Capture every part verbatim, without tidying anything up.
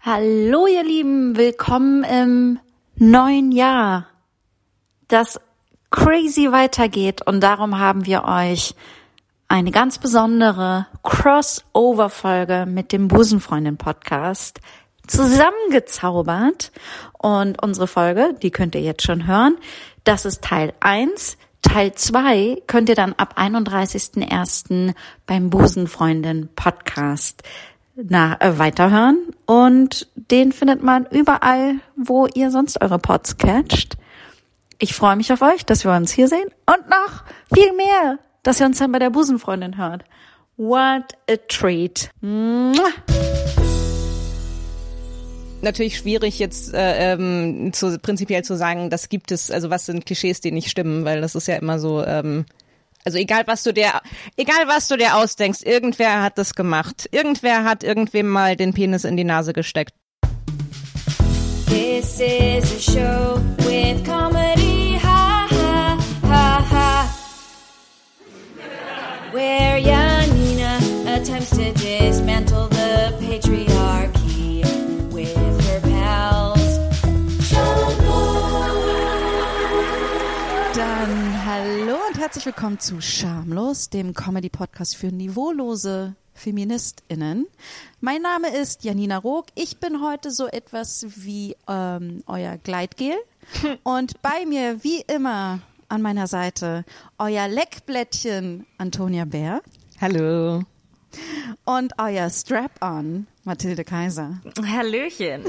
Hallo ihr Lieben, willkommen im neuen Jahr, das crazy weitergeht, und darum haben wir euch eine ganz besondere Crossover-Folge mit dem Busenfreundin-Podcast zusammengezaubert. Und unsere Folge, die könnt ihr jetzt schon hören, das ist Teil eins. Teil zwei könnt ihr dann ab einunddreißigsten ersten beim Busenfreundin-Podcast Na, äh, weiterhören, und den findet man überall, wo ihr sonst eure Pods catcht. Ich freue mich auf euch, dass wir uns hier sehen, und noch viel mehr, dass ihr uns dann bei der Busenfreundin hört. What a treat. Mua. Natürlich schwierig jetzt äh, ähm, zu, prinzipiell zu sagen, das gibt es, also was sind Klischees, die nicht stimmen, weil das ist ja immer so, ähm, also egal was du dir, egal was du dir ausdenkst, irgendwer hat das gemacht. Irgendwer hat irgendwem mal den Penis in die Nase gesteckt. This is a show with comedy, ha ha ha ha. Where Janina attempts to dismantle the patriarchy with her pals. Dann hallo und herzlich willkommen zu Schamlos, dem Comedy-Podcast für niveaulose FeministInnen. Mein Name ist Janina Rook. Ich bin heute so etwas wie ähm, euer Gleitgel. Und bei mir, wie immer, an meiner Seite, euer Leckblättchen Antonia Bär. Hallo. Und euer Strap-on Mathilde Kaiser. Hallöchen.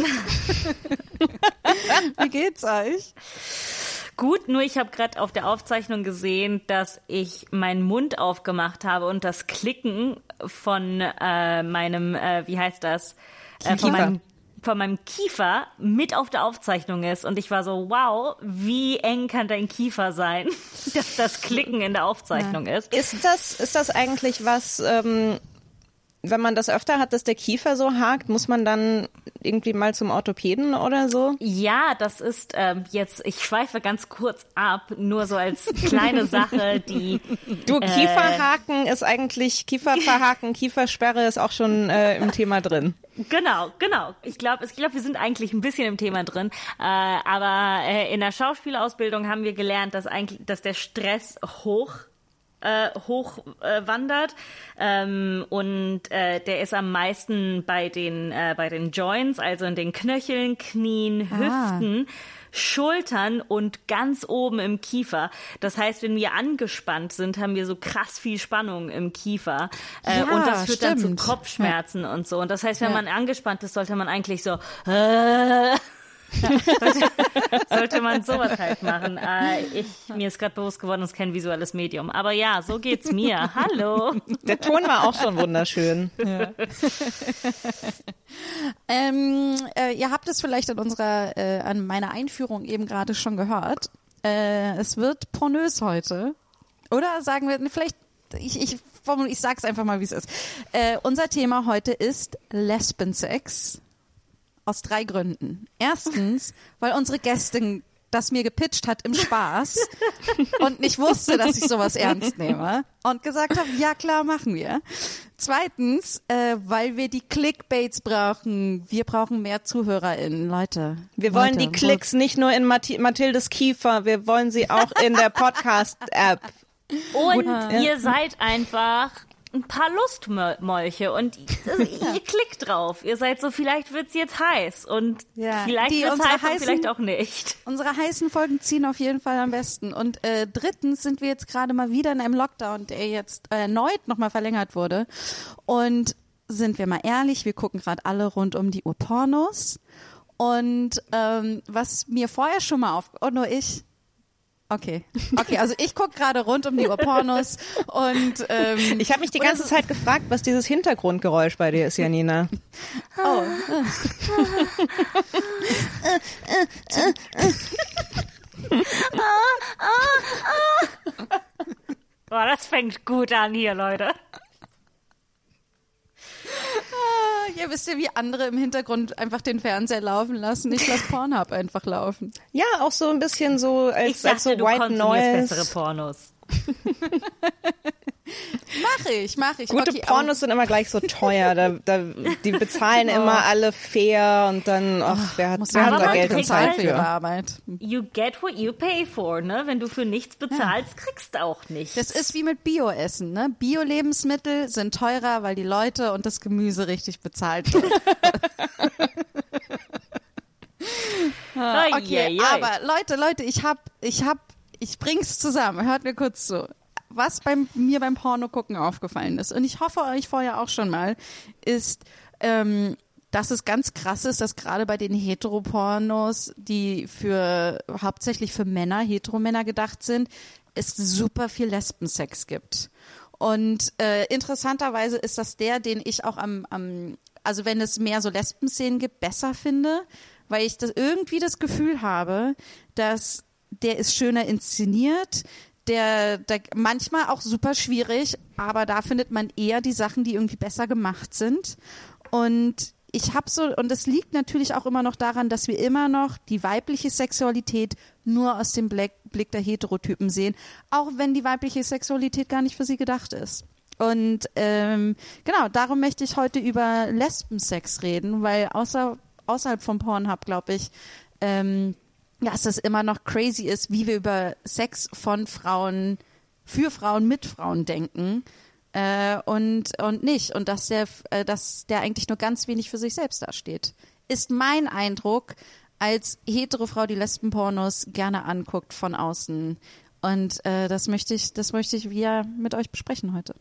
Wie geht's euch? Gut, nur ich habe gerade auf der Aufzeichnung gesehen, dass ich meinen Mund aufgemacht habe und das Klicken von äh, meinem, äh, wie heißt das, äh, von, meinem, von meinem Kiefer mit auf der Aufzeichnung ist. Und ich war so, wow, wie eng kann dein Kiefer sein, dass das Klicken in der Aufzeichnung ja. ist. Ist das, ist das eigentlich was, ähm, wenn man das öfter hat, dass der Kiefer so hakt, muss man dann irgendwie mal zum Orthopäden oder so? Ja, das ist ähm, jetzt, ich schweife ganz kurz ab, nur so als kleine Sache, die... Du, äh, Kieferhaken ist eigentlich, Kieferverhaken, Kiefersperre ist auch schon äh, im Thema drin. Genau, genau. Ich glaube, ich glaube, wir sind eigentlich ein bisschen im Thema drin. Äh, aber äh, in der Schauspielausbildung haben wir gelernt, dass eigentlich, dass der Stress hoch Äh, hoch äh, wandert ähm, und äh, der ist am meisten bei den äh, bei den Joints, also in den Knöcheln, Knien, ah. Hüften, Schultern und ganz oben im Kiefer. Das heißt, wenn wir angespannt sind, haben wir so krass viel Spannung im Kiefer äh, ja, und das führt stimmt. dann zu Kopfschmerzen ja. und so. Und das heißt, wenn ja. man angespannt ist, sollte man eigentlich so äh, sollte, sollte man sowas halt machen. Äh, ich, mir ist gerade bewusst geworden, es ist kein visuelles Medium. Aber ja, so geht's mir. Hallo. Der Ton war auch schon wunderschön. Ja. ähm, äh, ihr habt es vielleicht an unserer, äh, an meiner Einführung eben gerade schon gehört. Äh, es wird pornös heute. Oder sagen wir, vielleicht, ich, ich, ich sag's einfach mal, wie es ist. Äh, unser Thema heute ist Lesbensex. Aus drei Gründen. Erstens, weil unsere Gästin das mir gepitcht hat im Spaß und nicht wusste, dass ich sowas ernst nehme und gesagt habe, ja klar, machen wir. Zweitens, äh, weil wir die Clickbaits brauchen. Wir brauchen mehr ZuhörerInnen, Leute. Wir wollen Leute, die Klicks nicht nur in Math- Mathildes Kiefer, wir wollen sie auch in der Podcast-App. Und ja. ihr seid einfach ein paar Lustmolche und ihr, ihr klickt drauf. Ihr seid so, vielleicht wird's jetzt heiß und ja, vielleicht wird's heiß heißen, und vielleicht auch nicht. Unsere heißen Folgen ziehen auf jeden Fall am besten. Und äh, drittens sind wir jetzt gerade mal wieder in einem Lockdown, der jetzt äh, erneut nochmal verlängert wurde. Und sind wir mal ehrlich, wir gucken gerade alle rund um die Uhr Pornos. Und ähm, was mir vorher schon mal auf... Oh, nur ich... Okay, okay, also ich gucke gerade rund um die Uhr Pornos und ähm, ich habe mich die ganze Zeit gefragt, was dieses Hintergrundgeräusch bei dir ist, Janina. Oh. Boah, das fängt gut an hier, Leute. Ja, wisst ihr, wie andere im Hintergrund einfach den Fernseher laufen lassen? Ich lasse Pornhub einfach laufen. Ja, auch so ein bisschen so als, ich dachte, als so du White Noise. Bessere Pornos. Mach ich, mach ich. Gute okay, Pornos sind immer gleich so teuer. Da, da, die bezahlen immer alle fair und dann, ach, wer hat, wer hat da Geld und Zeit für ihre für? Arbeit. You get what you pay for, ne? Wenn du für nichts bezahlst, kriegst du auch nichts. Das ist wie mit Bio-Essen, ne? Bio-Lebensmittel sind teurer, weil die Leute und das Gemüse richtig bezahlt wird. Ai, Okay, ai, ai. aber Leute, Leute, ich hab, ich hab, ich bring's zusammen. Hört mir kurz zu. Was beim, mir beim Porno gucken aufgefallen ist, und ich hoffe euch vorher auch schon mal, ist, ähm, dass es ganz krass ist, dass gerade bei den Heteropornos, die für hauptsächlich für Männer, Heteromänner gedacht sind, es super viel Lesbensex gibt. Und äh, interessanterweise ist das der, den ich auch am, am, also wenn es mehr so Lesben-Szenen gibt, besser finde, weil ich das irgendwie das Gefühl habe, dass der ist schöner inszeniert, der, der manchmal auch super schwierig, aber da findet man eher die Sachen, die irgendwie besser gemacht sind. Und ich habe so, und es liegt natürlich auch immer noch daran, dass wir immer noch die weibliche Sexualität nur aus dem Blick, Blick der Heterotypen sehen, auch wenn die weibliche Sexualität gar nicht für sie gedacht ist. Und ähm, genau, darum möchte ich heute über Lesbensex reden, weil außer, außerhalb vom Pornhub, glaube ich, ähm, ja, dass das immer noch crazy ist, wie wir über Sex von Frauen, für Frauen, mit Frauen denken. Äh, und, und nicht. Und dass der, äh, dass der eigentlich nur ganz wenig für sich selbst dasteht. Ist mein Eindruck als hetero Frau, die Lesbenpornos gerne anguckt von außen. Und äh, das möchte ich, das möchte ich wieder mit euch besprechen heute.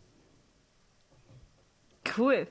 Cool.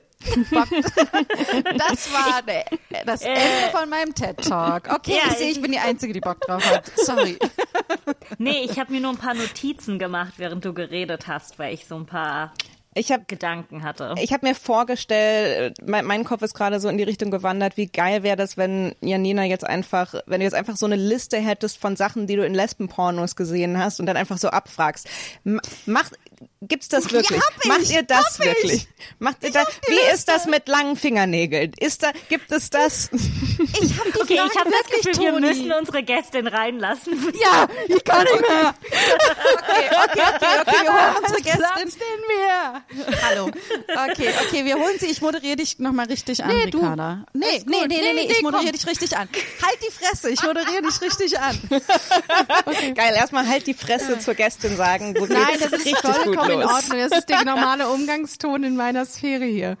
Das war ne, das Ende von meinem TED-Talk. Okay, Ja, ich sehe, ich- ich bin die Einzige, die Bock drauf hat. Sorry. Nee, ich habe mir nur ein paar Notizen gemacht, während du geredet hast, weil ich so ein paar Ich habe Gedanken hatte. Ich habe mir vorgestellt, mein, mein Kopf ist gerade so in die Richtung gewandert, wie geil wäre das, wenn Janina jetzt einfach, wenn du jetzt einfach so eine Liste hättest von Sachen, die du in Lesbenpornos gesehen hast und dann einfach so abfragst. M- Macht, gibt's das wirklich? hab ich, Macht ihr das hab ich. wirklich? Macht ihr das? die Wie Liste. ist das mit langen Fingernägeln? Ist da, gibt es das? Ich habe die Okay, Fragen ich habe das wirklich, Gefühl, wir Toni. müssen unsere Gästin reinlassen. Ja, ich kann nicht mehr. Okay, okay, okay, okay, wir holen unsere Gästin. mehr. Hallo. Okay, okay, wir holen sie. Ich moderiere dich nochmal richtig an, Nee, du. Ricarda. Nee, nee, nee, nee, nee, nee, ich komm. moderiere dich richtig an. Halt die Fresse, ich moderiere dich richtig an. Geil, erstmal halt die Fresse zur Gästin sagen. Wo Nein, geht's das ist richtig gut vollkommen in los. Ordnung. Das ist der normale Umgangston in meiner Sphäre hier.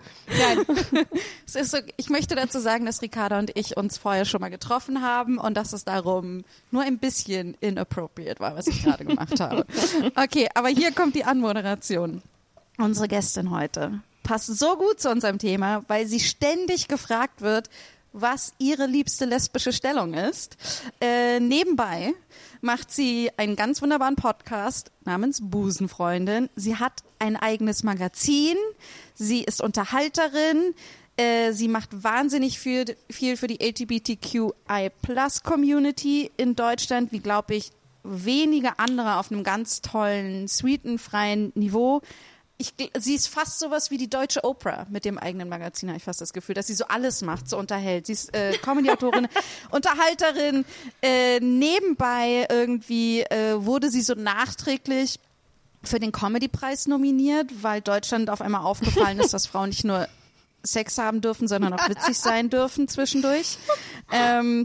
Es ist so, ich möchte dazu sagen, dass Ricarda und ich uns vorher schon mal getroffen haben und dass es darum nur ein bisschen inappropriate war, was ich gerade gemacht habe. Okay, aber hier kommt die Anmoderation. Unsere Gästin heute passt so gut zu unserem Thema, weil sie ständig gefragt wird, was ihre liebste lesbische Stellung ist. Äh, nebenbei macht sie einen ganz wunderbaren Podcast namens Busenfreundin. Sie hat ein eigenes Magazin. Sie ist Unterhalterin. Äh, sie macht wahnsinnig viel, viel für die L G B T Q I Plus Community in Deutschland, wie, glaube ich, wenige andere auf einem ganz tollen, sweeten, freien Niveau. Ich, sie ist fast sowas wie die deutsche Oprah mit dem eigenen Magazin, habe ich fast das Gefühl, dass sie so alles macht, so unterhält. Sie ist äh, Comedy-Autorin, Unterhalterin. Äh, nebenbei irgendwie äh, wurde sie so nachträglich für den Comedy-Preis nominiert, weil Deutschland auf einmal aufgefallen ist, dass Frauen nicht nur Sex haben dürfen, sondern auch witzig sein dürfen zwischendurch. Ähm,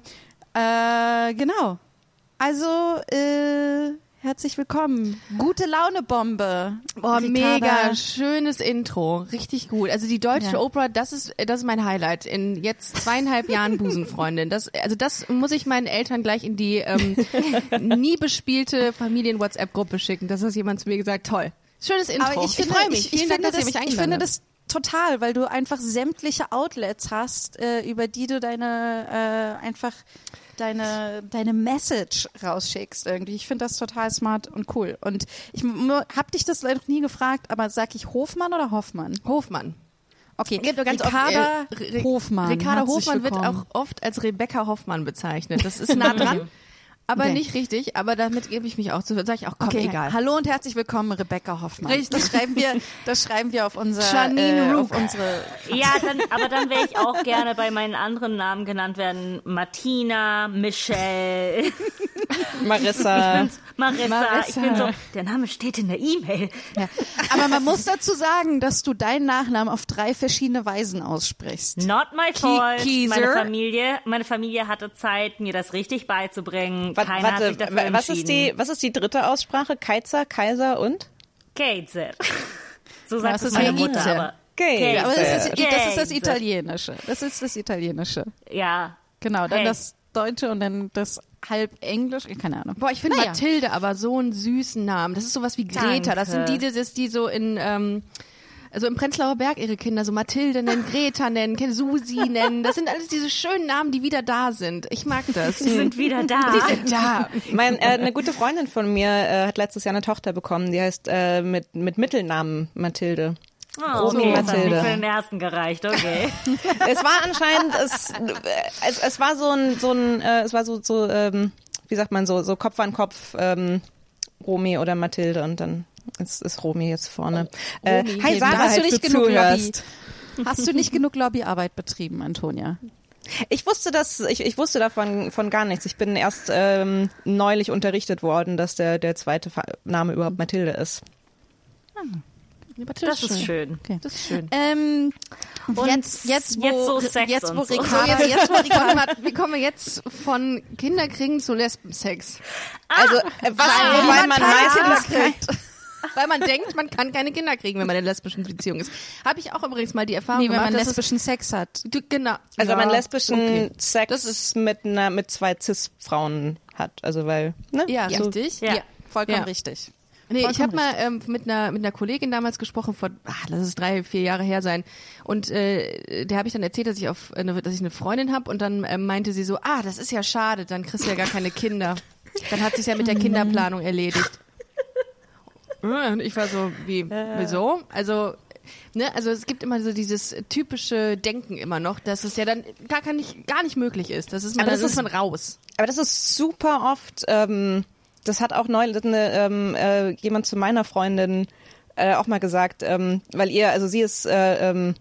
äh, genau. Also, äh, herzlich willkommen. Gute Laune-Bombe. Boah, Ricarda. mega schönes Intro. Richtig gut. Also die deutsche Ja. Oprah, das ist, das ist mein Highlight in jetzt zweieinhalb Jahren Busenfreundin. Das, also das muss ich meinen Eltern gleich in die ähm, nie bespielte Familien-WhatsApp-Gruppe schicken. Das hat jemand zu mir gesagt. Toll. Schönes Intro. Aber ich, finde, freue mich. Ich, Vielen ich, Dank, finde dass ihr das, mich ich eingeladen finde habt. das total, weil du einfach sämtliche Outlets hast, äh, über die du deine äh, einfach deine deine Message rausschickst irgendwie. Ich finde das total smart und cool. Und ich habe dich das leider noch nie gefragt, aber sag ich Hofmann oder Hoffmann? Hofmann. Okay, Gibt nur ganz Ricarda oft, äh, Re- Hofmann. Ricarda Herzlich Hofmann wird willkommen. auch oft als Rebecca Hoffmann bezeichnet. Das ist nah dran, aber Okay. nicht richtig. Aber damit gebe ich mich auch zu. Sag ich auch, komm, Okay, egal. hallo und herzlich willkommen, Rebecca Hoffmann. Richtig. Das schreiben wir, das schreiben wir auf unser, Janine äh, Rook. auf unsere. Ja, dann, aber dann wäre ich auch gerne bei meinen anderen Namen genannt werden. Martina, Michelle. Marissa. Marissa, Marissa. ich bin so, der Name steht in der E-Mail. Ja. Aber man muss dazu sagen, dass du deinen Nachnamen auf drei verschiedene Weisen aussprichst. Not my fault. Kieser. Meine Familie, meine Familie hatte Zeit, mir das richtig beizubringen. Wa- Keiner hat sich Warte, dafür wa- was entschieden. ist die, was ist die dritte Aussprache? Kaiser, Kaiser und? Keizer. So sagt Das es ist meine ja Mutter, Keizer. aber Kaiser. Aber das ist, das ist das Kaiser. Italienische. Das ist das Italienische. ja. Genau, dann Hey. das Deutsche und dann das halb Englisch. Keine Ahnung. Boah, ich finde Naja. Mathilde aber so einen süßen Namen. Das ist sowas wie Greta. Das sind die, Danke. die, das, die so in, ähm, also im Prenzlauer Berg ihre Kinder so Mathilde nennen, Greta nennen, Susi nennen. Das sind alles diese schönen Namen, die wieder da sind. Ich mag das. Die sind wieder da. Die sind da. Mein, äh, eine gute Freundin von mir äh, hat letztes Jahr eine Tochter bekommen, die heißt äh, mit, mit Mittelnamen Mathilde. Oh, Romy okay, das hat Mathilde. nicht für den ersten gereicht, okay. Es war anscheinend, es, es, es war so ein, so ein, äh, es war so, so ähm, wie sagt man so, so Kopf an Kopf, ähm, Romy oder Mathilde und dann ist, ist Romy jetzt vorne. Äh, Romy. hi Da Sarah, hast du falls nicht du genug Lobby. zuhörst. Hast du nicht genug Lobbyarbeit betrieben, Antonia? Ich wusste das, ich, ich wusste davon von gar nichts. Ich bin erst ähm, neulich unterrichtet worden, dass der, der zweite Fa- Name überhaupt Mathilde ist. Das ist schön. Okay. Das ist schön. Ähm, Und jetzt, jetzt, wo, jetzt so Sex jetzt, wo und so. Ricarda, So, jetzt, jetzt, wie, kommen wir, wie kommen wir jetzt von Kinderkriegen zu Lesbensex? Also, äh, was, Weil wobei man man keine meistens Kinder kriegt. Weil man denkt, man kann keine Kinder kriegen, wenn man in einer lesbischen Beziehung ist. Habe ich auch übrigens mal die Erfahrung Nee, wenn gemacht, man dass lesbischen Sex hat. es, du, genau. Also ja, wenn man lesbischen okay. Sex Das ist- mit einer mit zwei Cis-Frauen hat, also weil ne? Ja, so, richtig. Ja. Vollkommen Ja. richtig. Nee, ich Vollkommen habe mal ähm, mit einer mit einer Kollegin damals gesprochen, vor, ach, lass es drei, vier Jahre her sein. Und äh, der habe ich dann erzählt, dass ich auf eine, dass ich eine Freundin habe und dann ähm, meinte sie so, ah, das ist ja schade, dann kriegst du ja gar keine Kinder. Dann hat sich ja mit der Kinderplanung erledigt. Und ich war so, wie, wieso? Also, ne, also es gibt immer so dieses typische Denken immer noch, dass es ja dann gar, kann nicht, gar nicht möglich ist. Das ist man, Aber dann das ist ist- man raus. Aber das ist super oft, ähm, das hat auch neulich eine, ähm, äh, jemand zu meiner Freundin äh, auch mal gesagt, ähm, weil ihr, also sie ist äh, ähm,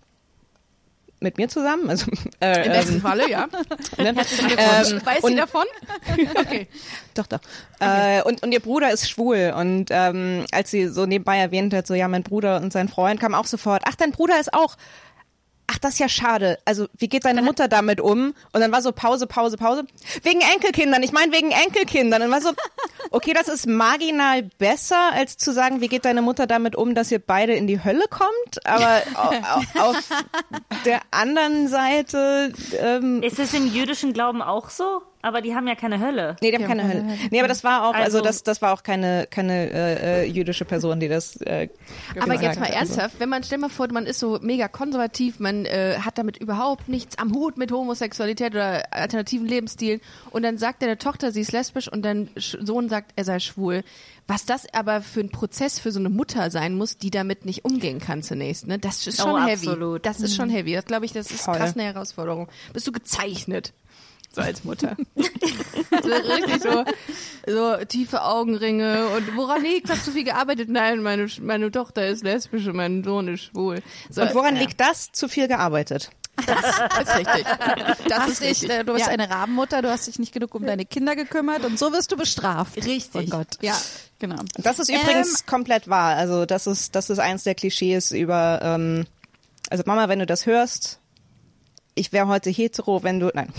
mit mir zusammen, also äh, Im besten ähm, Falle, ja. ne? ähm, Weiß sie und- davon? Okay. Doch, doch. Äh, und, und ihr Bruder ist schwul. Und ähm, als sie so nebenbei erwähnt hat, so ja, mein Bruder und sein Freund, kam auch sofort, ach, dein Bruder ist auch, ach, das ist ja schade. Also, wie geht deine Mutter damit um? Und dann war so Pause, Pause, Pause. Wegen Enkelkindern. Ich meine wegen Enkelkindern. Und war so, okay, das ist marginal besser, als zu sagen, wie geht deine Mutter damit um, dass ihr beide in die Hölle kommt? Aber au- au- auf der anderen Seite, ähm, Ist es im jüdischen Glauben auch so? Aber die haben ja keine Hölle. nee, die haben keine Hölle. Nee, aber das war auch, also, Also- das, das war auch keine, keine äh, äh, jüdische Person, die das äh, Aber gesagt jetzt mal hat. ernsthaft, wenn man, stell mal vor, man ist so mega konservativ, man äh, hat damit überhaupt nichts am Hut mit Homosexualität oder alternativen Lebensstilen und dann sagt deine Tochter, sie ist lesbisch und dein Sch- Sohn sagt, er sei schwul. Was das aber für ein Prozess für so eine Mutter sein muss, die damit nicht umgehen kann zunächst, ne? Das ist schon Oh, heavy. absolut. Das ist schon heavy. Das glaube ich, das ist Voll. krass eine Herausforderung. Bist du gezeichnet? So als Mutter. so richtig so, so tiefe Augenringe und woran liegt, hast du viel gearbeitet? Nein, meine, meine Tochter ist lesbisch und mein Sohn ist schwul. So, Und woran ja, liegt das? Zu viel gearbeitet. das ist richtig. Das Hast ist dich, richtig. äh, du bist ja. eine Rabenmutter, du hast dich nicht genug um deine Kinder gekümmert und so wirst du bestraft. Richtig. Oh Gott. Ja. Genau. Das ist Ähm, übrigens komplett wahr. Also das ist, das ist eins der Klischees über, ähm, also Mama, wenn du das hörst, ich wäre heute hetero, wenn du, nein.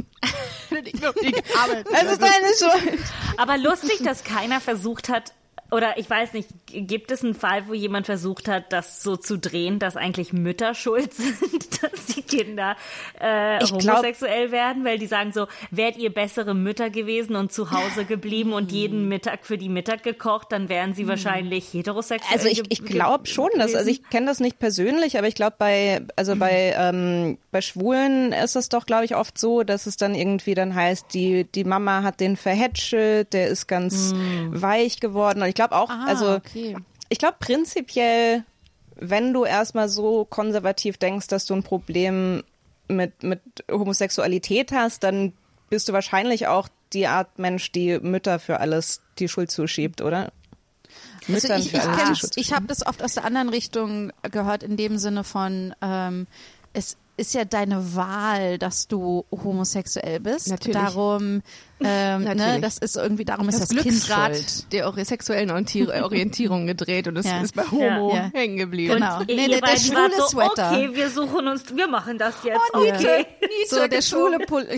Ich glaub, die gearbeitet. Das ist deine Schuld. Aber lustig, dass keiner versucht hat, oder ich weiß nicht, gibt es einen Fall, wo jemand versucht hat, das so zu drehen, dass eigentlich Mütter schuld sind, dass die Kinder äh, Ich glaub- homosexuell werden? Weil die sagen so, wärt ihr bessere Mütter gewesen und zu Hause geblieben und jeden Mittag für die Mittag gekocht, dann wären sie wahrscheinlich heterosexuell Also ich, ge- ich glaube schon, dass, also ich kenne das nicht persönlich, aber ich glaube bei, also bei, ähm, bei Schwulen ist es doch, glaube ich, oft so, dass es dann irgendwie dann heißt, die, die Mama hat den verhätschelt, der ist ganz weich geworden. Und ich glaube auch, Ah, also okay. ich glaube prinzipiell, wenn du erstmal so konservativ denkst, dass du ein Problem mit, mit Homosexualität hast, dann bist du wahrscheinlich auch die Art Mensch, die Mütter für alles die Schuld zuschiebt, oder? Also Müttern ich für ich, alles die kenn's- Schuld ich habe das oft aus der anderen Richtung gehört, in dem Sinne von, ähm, es, ist ja deine Wahl, dass du homosexuell bist. Natürlich. Darum, ähm, ne, Natürlich. das ist irgendwie, darum ist Das das, Kind Glücksrad schuld. der ori- sexuellen Orientier- Orientierung gedreht und es Ja. ist bei Homo Ja. hängen geblieben. Genau. Ihr, Nee, ihr der, der beiden schwule wart so, Sweater. okay, wir suchen uns, wir machen das jetzt. Oh, Nietzsche. okay. So, der schwule Pul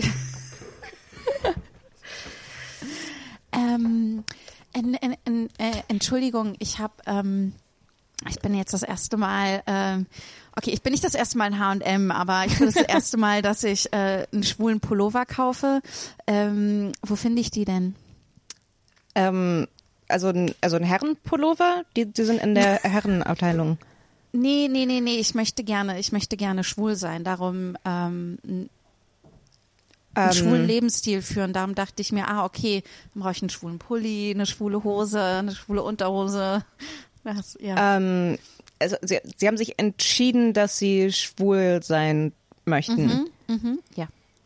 ähm, en, en, en, äh, Entschuldigung, ich habe, ähm, ich bin jetzt das erste Mal, ähm, okay, ich bin nicht das erste Mal in H und M, aber ich bin das erste Mal, dass ich äh, einen schwulen Pullover kaufe. Ähm, wo finde ich die denn? Ähm, also ein, also ein Herrenpullover, die, die sind in der Herrenabteilung. Nee, nee, nee, nee, ich möchte gerne, ich möchte gerne schwul sein, darum ähm, einen Ähm, schwulen Lebensstil führen. Darum dachte ich mir, ah, okay, dann brauche ich einen schwulen Pulli, eine schwule Hose, eine schwule Unterhose. Das, ja. ähm, also sie, sie haben sich entschieden, dass sie schwul sein möchten Mhm, mhm, ja.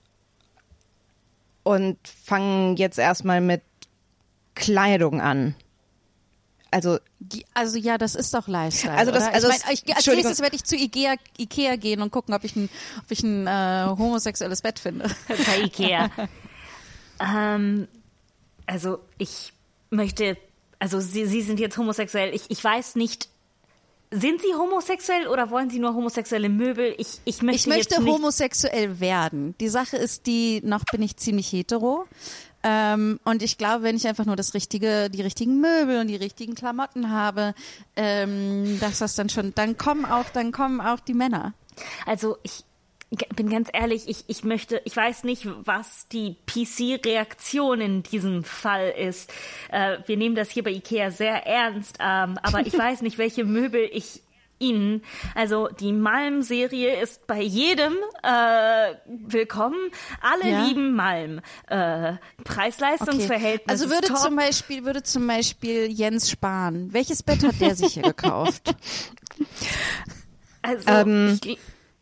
und fangen jetzt erstmal mit Kleidung an. Also Die- Also ja, das ist doch Lifestyle. Also das- oder? also ich es- mein, ich, als Entschuldigung. nächstes werde ich zu Ikea, Ikea gehen und gucken, ob ich ein, ob ich ein äh, homosexuelles Bett finde. Bei Ikea. ähm, also ich möchte, also Sie, Sie sind jetzt homosexuell. Ich, ich weiß nicht, sind Sie homosexuell oder wollen Sie nur homosexuelle Möbel? Ich, ich möchte, Ich möchte jetzt nicht, homosexuell werden. Die Sache ist die, noch bin ich ziemlich hetero. Ähm, und ich glaube, wenn ich einfach nur das richtige, die richtigen Möbel und die richtigen Klamotten habe, ähm, dass das dann schon, dann kommen auch, dann kommen auch die Männer. Also ich g- bin ganz ehrlich, ich, ich möchte, ich weiß nicht, was die P C-Reaktion in diesem Fall ist. Äh, wir nehmen das hier bei Ikea sehr ernst, ähm, aber ich weiß nicht, welche Möbel ich Ihnen, also die Malm-Serie ist bei jedem äh, willkommen. Alle Ja. lieben Malm. Äh, Preis-Leistungs-Verhältnis Also würde ist top. zum Beispiel, würde zum Beispiel Jens Spahn, welches Bett hat der sich hier gekauft? Also, Ähm, ich,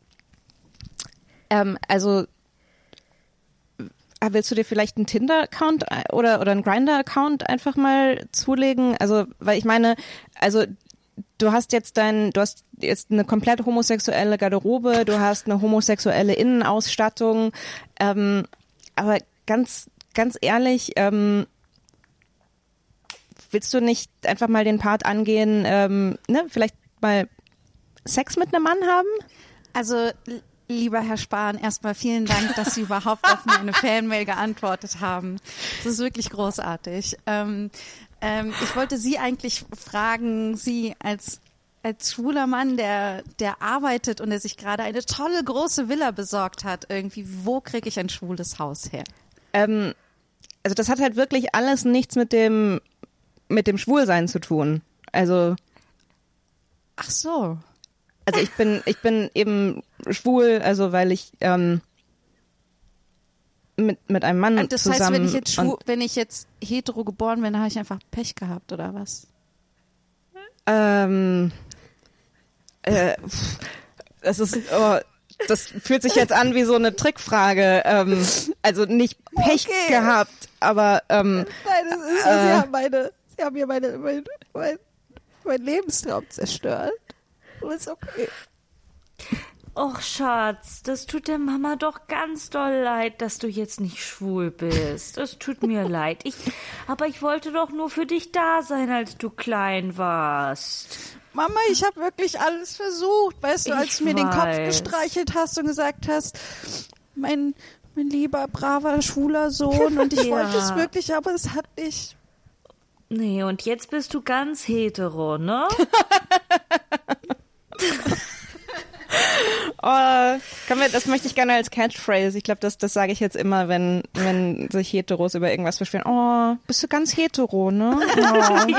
ähm, also äh, willst du dir vielleicht einen Tinder-Account oder oder einen Grindr-Account einfach mal zulegen? Also weil ich meine, also du hast jetzt dein, du hast jetzt eine komplett homosexuelle Garderobe, du hast eine homosexuelle Innenausstattung, ähm, aber ganz, ganz ehrlich, ähm, willst du nicht einfach mal den Part angehen, ähm, ne, vielleicht mal Sex mit einem Mann haben? Also, l- lieber Herr Spahn, erstmal vielen Dank, dass Sie überhaupt auf meine Fanmail geantwortet haben. Das ist wirklich großartig. Ähm, ähm, ich wollte Sie eigentlich fragen, Sie als als schwuler Mann, der der arbeitet und der sich gerade eine tolle große Villa besorgt hat, irgendwie, wo kriege ich ein schwules Haus her? Ähm, also das hat halt wirklich alles nichts mit dem mit dem Schwulsein zu tun. Also Ach so. also ich bin ich bin eben schwul, also weil ich ähm, mit mit einem Mann Und das zusammen heißt, wenn ich jetzt schwul, und, wenn ich jetzt hetero geboren bin, habe ich einfach Pech gehabt oder was? ähm, äh, pff, das ist oh, das fühlt sich jetzt an wie so eine Trickfrage. Ähm, also nicht Pech Okay. gehabt, aber ähm, Nein, das ist so, Äh. Sie haben meine, Sie haben mir meine, mein, mein, mein Lebenstraum zerstört. Aber ist okay. Och, Schatz, das tut der Mama doch ganz doll leid, dass du jetzt nicht schwul bist. Das tut mir leid. Ich, aber ich wollte doch nur für dich da sein, als du klein warst. Mama, ich habe wirklich alles versucht. Weißt du, als Ich du mir den Kopf weiß. gestreichelt hast und gesagt hast, mein, mein lieber, braver, schwuler Sohn, und ich Ja. wollte es wirklich, aber es hat nicht. Nee, und jetzt bist du ganz hetero, ne? Oh, können wir, das möchte ich gerne als Catchphrase. Ich glaube, das, das sage ich jetzt immer, wenn, wenn sich Heteros über irgendwas beschweren. Oh, bist du ganz hetero, ne? Oh.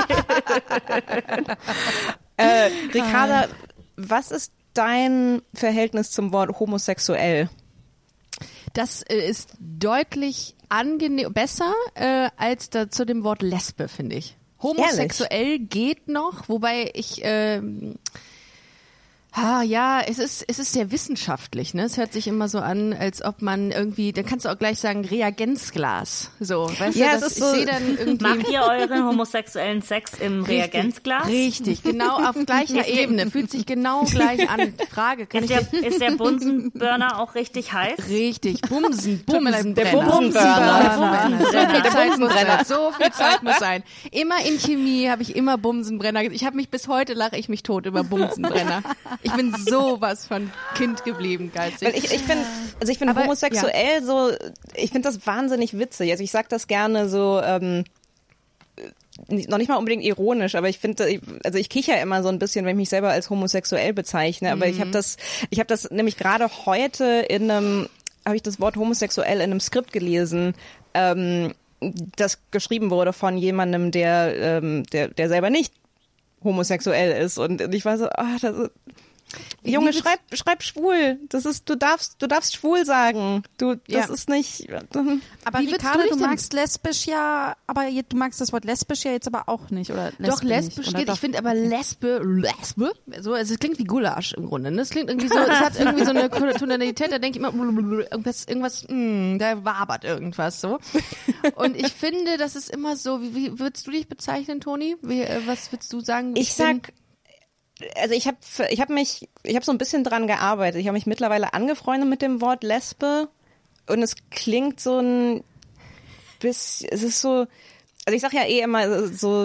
äh, Ricarda, was ist dein Verhältnis zum Wort homosexuell? Das äh, ist deutlich angenehm, besser äh, als da, zu dem Wort Lesbe, finde ich. Homosexuell geht noch, wobei ich ähm, Ah, ja, es ist, es ist sehr wissenschaftlich, ne? Es hört sich immer so an, als ob man irgendwie, dann kannst du auch gleich sagen, Reagenzglas. So, weißt Ja, du, es das, ist ich so- sehe dann irgendwie. Macht ihr euren homosexuellen Sex im Reagenzglas? Richtig, genau auf gleicher Ebene. Fühlt sich genau gleich an. Frage, kann Ist ich der, dir... ist der Bunsenburner auch richtig heiß? Richtig, Bumsen, Bumsen, Der Bumsenburner. So viel Der Zeit muss Bumsenbrenner. sein. So viel Zeit muss sein. Immer in Chemie habe ich immer Bumsenbrenner. gesagt. Ich habe mich bis heute lache ich mich tot über Bumsenbrenner. Ich bin sowas von Kind geblieben, geizig. Weil ich, ich finde, also ich finde Aber, homosexuell so, ich finde das wahnsinnig witzig. Also ich sag das gerne so, ähm, nicht- noch nicht mal unbedingt ironisch, aber ich finde, also ich kicher immer so ein bisschen, wenn ich mich selber als homosexuell bezeichne. Aber ich habe das, ich habe das nämlich gerade heute in einem, habe ich das Wort homosexuell in einem Skript gelesen. Ähm, das geschrieben wurde von jemandem, der, ähm, der, der selber nicht homosexuell ist. Und ich war so, ah, das ist, Junge, schreib, schreib schwul. Das ist, du darfst, du darfst schwul sagen. Du, das Ja. ist nicht. Aber Wie würdest Ricardo, du dich du, denn- magst lesbisch ja, aber je- du magst das Wort lesbisch ja jetzt aber auch nicht, oder? Doch, Lesbe lesbisch nicht, oder geht. doch? Ich finde aber Lesbe, Lesbe, so, also es klingt wie Gulasch im Grunde. Ne? Es klingt irgendwie so, es hat irgendwie so eine Tonalität, da denke ich immer, irgendwas, irgendwas, mh, da wabert irgendwas so. Und ich finde, das ist immer so, wie, wie würdest du dich bezeichnen, Toni? Wie, äh, was würdest du sagen? Ich bin- sag, also ich habe ich hab mich, ich habe so ein bisschen dran gearbeitet. Ich habe mich mittlerweile angefreundet mit dem Wort Lesbe und es klingt so ein bisschen, es ist so, also ich sag ja eh immer so,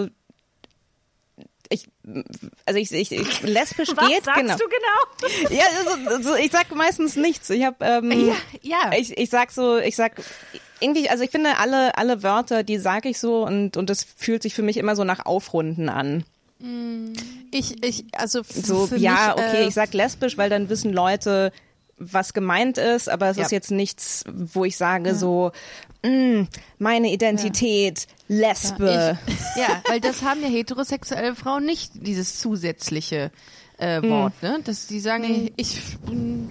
ich, also ich, ich, ich lesbisch Was geht, sagst genau. du genau? Ja, also, also ich sag meistens nichts. Ich habe, ähm, Ja, ja. ich, ich sag so, ich sag irgendwie, also ich finde alle alle Wörter, die sage ich so und und das fühlt sich für mich immer so nach Aufrunden an. Ich, ich, also f- So, für ja, mich, okay, äh, ich sag lesbisch, weil dann wissen Leute, was gemeint ist, aber es Ja. ist jetzt nichts, wo ich sage so, "Mm, meine Identität, Lesbe. Ja, weil das haben ja heterosexuelle Frauen nicht, dieses zusätzliche äh, Wort, ne? Dass die sagen, Nee. ich bin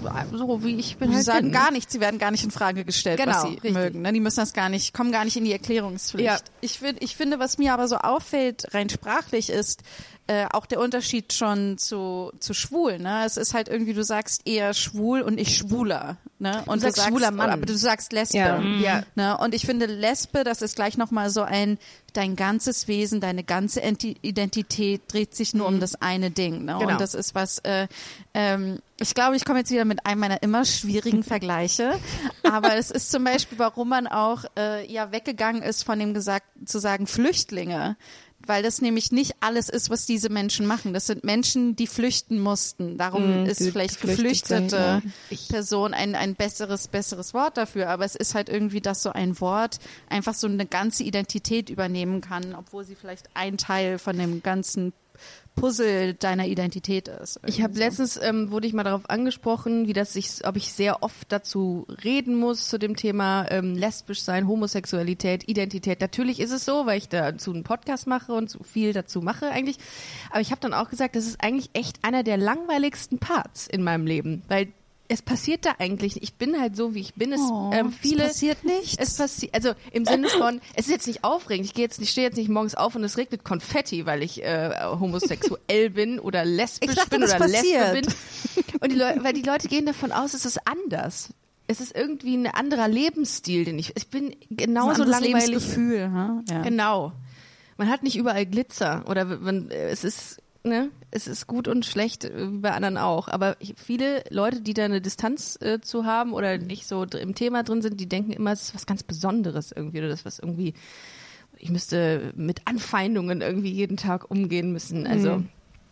so wie ich bin Die halt sagen bin. gar nichts, sie werden gar nicht in Frage gestellt, Genau, was sie richtig. mögen. Ne? Die müssen das gar nicht, kommen gar nicht in die Erklärungspflicht. Ja. Ich, find, ich finde, was mir aber so auffällt, rein sprachlich, ist äh, auch der Unterschied schon zu, zu schwul. Ne? Es ist halt irgendwie, du sagst eher schwul und nicht schwuler. Ne? Und sagst schwuler Mann. Aber du sagst Lesbe. Ja. Ja. Ne? Und ich finde, Lesbe, das ist gleich nochmal so ein, dein ganzes Wesen, deine ganze Enti- Identität dreht sich nur um das eine Ding. Ne? Genau. Und das ist was, äh, ähm, ich glaube, ich komme jetzt wieder mit einem meiner immer schwierigen Vergleiche, aber es ist zum Beispiel, warum man auch äh, ja weggegangen ist von dem gesagt, zu sagen Flüchtlinge. Weil das nämlich nicht alles ist, was diese Menschen machen. Das sind Menschen, die flüchten mussten. Darum Mhm, ist die vielleicht geflüchtet geflüchtete sind, Person ein, ein besseres, besseres Wort dafür. Aber es ist halt irgendwie, dass so ein Wort einfach so eine ganze Identität übernehmen kann, obwohl sie vielleicht ein Teil von dem ganzen Puzzle deiner Identität ist. Ich habe Irgendwie so. letztens, ähm, wurde ich mal darauf angesprochen, wie das sich, ob ich sehr oft dazu reden muss zu dem Thema ähm, lesbisch sein, Homosexualität, Identität. Natürlich ist es so, weil ich dazu einen Podcast mache und so viel dazu mache eigentlich. Aber ich habe dann auch gesagt, das ist eigentlich echt einer der langweiligsten Parts in meinem Leben, weil es passiert da eigentlich, ich bin halt so, wie ich bin. Es, Oh, ähm, viele, es passiert nichts. Es passiert, also im Sinne von, es ist jetzt nicht aufregend. Ich gehe jetzt, ich stehe jetzt nicht morgens auf und es regnet Konfetti, weil ich äh, homosexuell bin oder lesbisch Ich dachte, bin das oder Lesbe passiert. bin. Und die Leute, weil die Leute gehen davon aus, es ist anders. Es ist irgendwie ein anderer Lebensstil, den ich. Ich bin genauso ein anderes langweilig. Lebensgefühl. Ha? Ja. Genau. Man hat nicht überall Glitzer oder man, es ist, ne, es ist gut und schlecht, äh, wie bei anderen auch. Aber ich- viele Leute, die da eine Distanz äh, zu haben oder nicht so dr- im Thema drin sind, die denken immer, es ist was ganz Besonderes irgendwie oder das was irgendwie, ich müsste mit Anfeindungen irgendwie jeden Tag umgehen müssen. Also,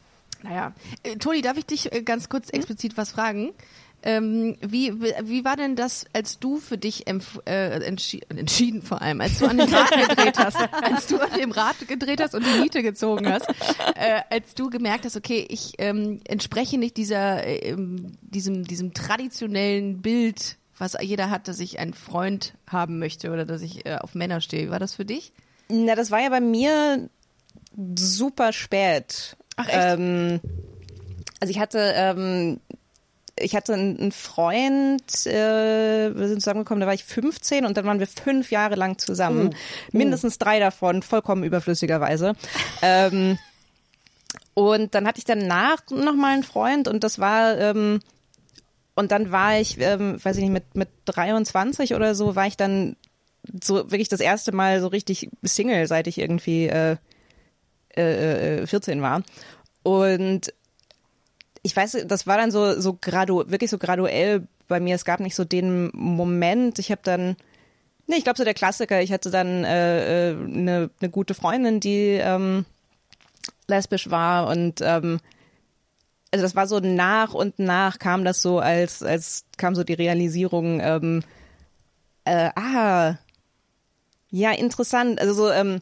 naja. Äh, Toni, darf ich dich äh, ganz kurz explizit was fragen? Ähm, wie, wie war denn das, als du für dich empf- äh, entschi entschieden vor allem, als du an dem Rad gedreht hast, als du an dem Rad gedreht hast und die Miete gezogen hast, äh, als du gemerkt hast, okay, ich ähm, entspreche nicht dieser, äh, ähm, diesem, diesem traditionellen Bild, was jeder hat, dass ich einen Freund haben möchte oder dass ich äh, auf Männer stehe. Wie war das für dich? Na, das war ja bei mir super spät. Ach, echt? Ähm, also ich hatte, ähm, ich hatte einen einen Freund, äh, wir sind zusammengekommen, da war ich fünfzehn und dann waren wir fünf Jahre lang zusammen. Mindestens drei davon, vollkommen überflüssigerweise. ähm, Und dann hatte ich danach nochmal einen Freund und das war, ähm, und dann war ich, ähm, weiß ich nicht, mit, mit dreiundzwanzig oder so, war ich dann so wirklich das erste Mal so richtig Single, seit ich irgendwie äh, äh, vierzehn war. Und ich weiß, das war dann so, so gradu, wirklich so graduell bei mir. Es gab nicht so den Moment. Ich habe dann, nee, ich glaube so der Klassiker. Ich hatte dann äh, eine, eine gute Freundin, die ähm, lesbisch war und ähm, also das war so nach und nach kam das so, als als kam so die Realisierung, ähm, äh, ah, ja, interessant. Also so, ähm,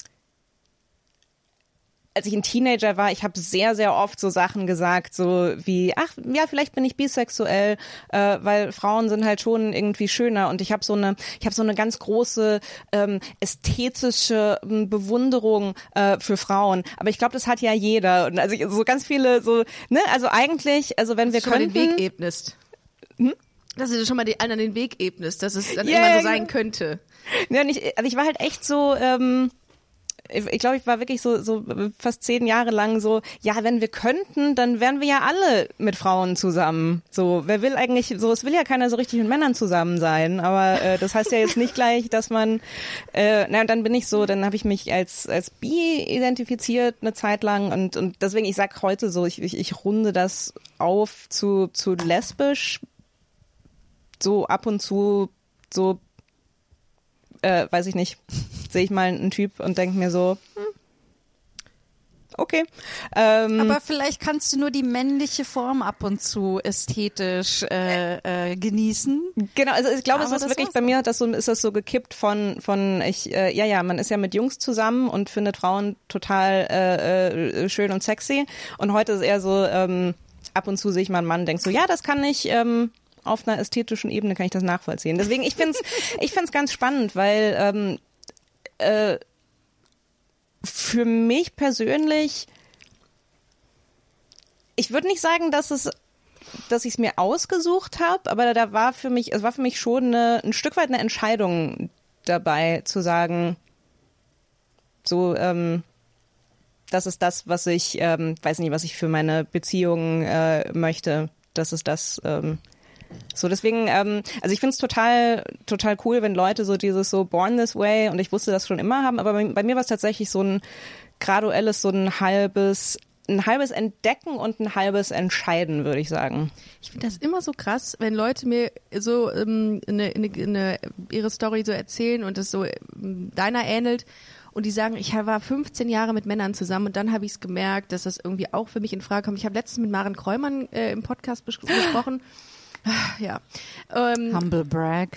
als ich ein Teenager war, ich habe sehr, sehr oft so Sachen gesagt, so wie, ach, ja, vielleicht bin ich bisexuell, äh, weil Frauen sind halt schon irgendwie schöner und ich habe so eine, ich habe so eine ganz große ähm, ästhetische ähm, Bewunderung äh, für Frauen. Aber ich glaube, das hat ja jeder. Und also ich, so ganz viele, so, ne, also eigentlich, also wenn wir schon mal könnten, den Weg ebnest. Hm? Dass du schon mal den anderen den Weg ebnest, dass es dann Ja, immer so ja, sein genau. könnte. Ja, und ich, also ich war halt echt so, ähm, ich, ich glaube, ich war wirklich so, so fast zehn Jahre lang so, ja, wenn wir könnten, dann wären wir ja alle mit Frauen zusammen. So, wer will eigentlich, so, es will ja keiner so richtig mit Männern zusammen sein, aber äh, das heißt ja jetzt nicht gleich, dass man, äh, na, und dann bin ich so, dann habe ich mich als als bi identifiziert eine Zeit lang und und deswegen, ich sag heute so, ich ich, ich runde das auf zu zu lesbisch, so ab und zu, so, äh, weiß ich nicht, sehe ich mal einen Typ und denke mir so, hm, okay. Ähm, Aber vielleicht kannst du nur die männliche Form ab und zu ästhetisch äh, äh, genießen. Genau, also ich glaube, es Aber ist das wirklich, war's bei mir hat das so, ist das so gekippt von, von ich, äh, ja, ja, man ist ja mit Jungs zusammen und findet Frauen total äh, äh, schön und sexy. Und heute ist eher so, ähm, ab und zu sehe ich mal einen Mann und denke so, ja, das kann ich, ähm, auf einer ästhetischen Ebene kann ich das nachvollziehen. Deswegen, ich finde es ich find's ganz spannend, weil ähm, äh, für mich persönlich, ich würde nicht sagen, dass es, dass ich es mir ausgesucht habe, aber da war für mich, es war für mich schon eine, ein Stück weit eine Entscheidung dabei, zu sagen, so, ähm, das ist das, was ich, ähm, weiß nicht, was ich für meine Beziehung äh, möchte. Das ist das, ähm, so, deswegen, ähm, also ich finde es total, total cool, wenn Leute so dieses so born this way und ich wusste das schon immer haben, aber bei, bei mir war es tatsächlich so ein graduelles, so ein halbes, ein halbes Entdecken und ein halbes Entscheiden, würde ich sagen. Ich finde das immer so krass, wenn Leute mir so ähm, eine, eine, eine, ihre Story so erzählen und es so ähm, deiner ähnelt und die sagen, ich war fünfzehn Jahre mit Männern zusammen und dann habe ich es gemerkt, dass das irgendwie auch für mich in Frage kommt. Ich habe letztens mit Maren Kräumann äh, im Podcast bes- gesprochen. Ja. Ähm, Humble brag.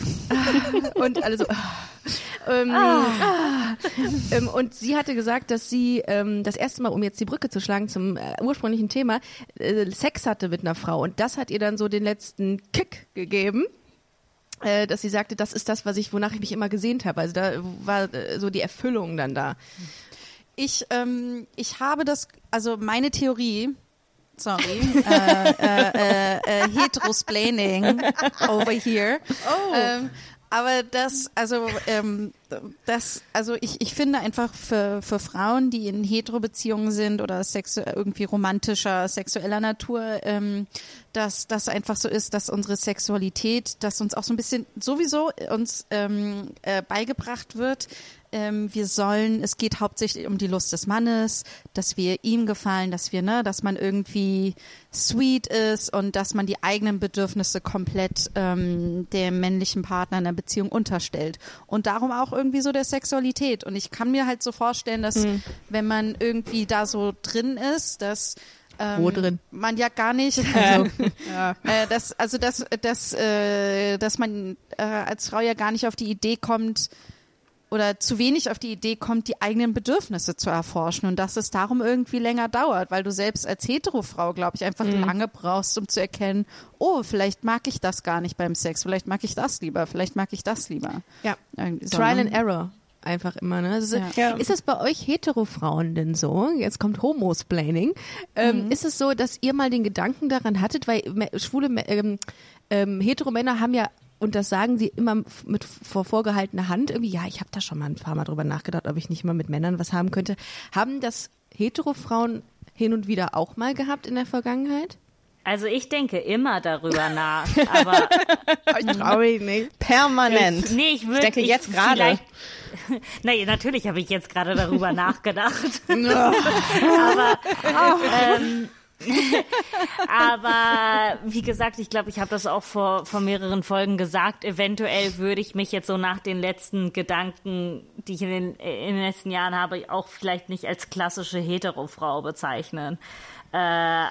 und alle so. Ähm, ah. ähm, und sie hatte gesagt, dass sie ähm, das erste Mal, um jetzt die Brücke zu schlagen zum äh, ursprünglichen Thema, äh, Sex hatte mit einer Frau. Und das hat ihr dann so den letzten Kick gegeben. Äh, dass sie sagte, das ist das, was ich, wonach ich mich immer gesehnt habe. Also da war äh, so die Erfüllung dann da. Ich, ähm, ich habe das, also meine Theorie, sorry, äh, äh, äh, äh, Heterosplaining over here. Oh. Ähm, aber das, also, ähm, das, also ich, ich finde einfach für, für Frauen, die in Hetero-Beziehungen sind oder sexu- irgendwie romantischer, sexueller Natur, ähm, dass das einfach so ist, dass unsere Sexualität, dass uns auch so ein bisschen sowieso uns ähm, äh, beigebracht wird, ähm, wir sollen, es geht hauptsächlich um die Lust des Mannes, dass wir ihm gefallen, dass wir, ne, dass man irgendwie sweet ist und dass man die eigenen Bedürfnisse komplett ähm, dem männlichen Partner in der Beziehung unterstellt. Und darum auch irgendwie so der Sexualität. Und ich kann mir halt so vorstellen, dass mhm. wenn man irgendwie da so drin ist, dass ähm, Wo drin? man ja gar nicht, also, ja. äh, dass, also dass, dass, äh, dass man äh, als Frau ja gar nicht auf die Idee kommt, oder zu wenig auf die Idee kommt, die eigenen Bedürfnisse zu erforschen und dass es darum irgendwie länger dauert, weil du selbst als Hetero-Frau, glaube ich, einfach mhm. lange brauchst, um zu erkennen, oh, vielleicht mag ich das gar nicht beim Sex, vielleicht mag ich das lieber, vielleicht mag ich das lieber. Ja, so, Trial ne? and Error. Einfach immer, ne? Also, ja. Ist es bei euch Hetero-Frauen denn so? Jetzt kommt Homosplaining. Ähm, mhm. Ist es so, dass ihr mal den Gedanken daran hattet, weil schwule ähm, ähm, Hetero-Männer haben ja, und das sagen sie immer mit vor vorgehaltener Hand, irgendwie, ja, ich habe da schon mal ein paar Mal drüber nachgedacht, ob ich nicht mal mit Männern was haben könnte. Haben das Hetero-Frauen, hin und wieder auch mal gehabt in der Vergangenheit? Also ich denke immer darüber nach, aber Ich traue mich nicht. Permanent. ich, nee, ich, würd, Ich denke jetzt gerade. Nein, natürlich habe ich jetzt gerade darüber nachgedacht. aber, ähm, aber wie gesagt, ich glaube, ich habe das auch vor, vor mehreren Folgen gesagt. Eventuell würde ich mich jetzt so nach den letzten Gedanken, die ich in den, in den letzten Jahren habe, auch vielleicht nicht als klassische Hetero-Frau bezeichnen. Äh,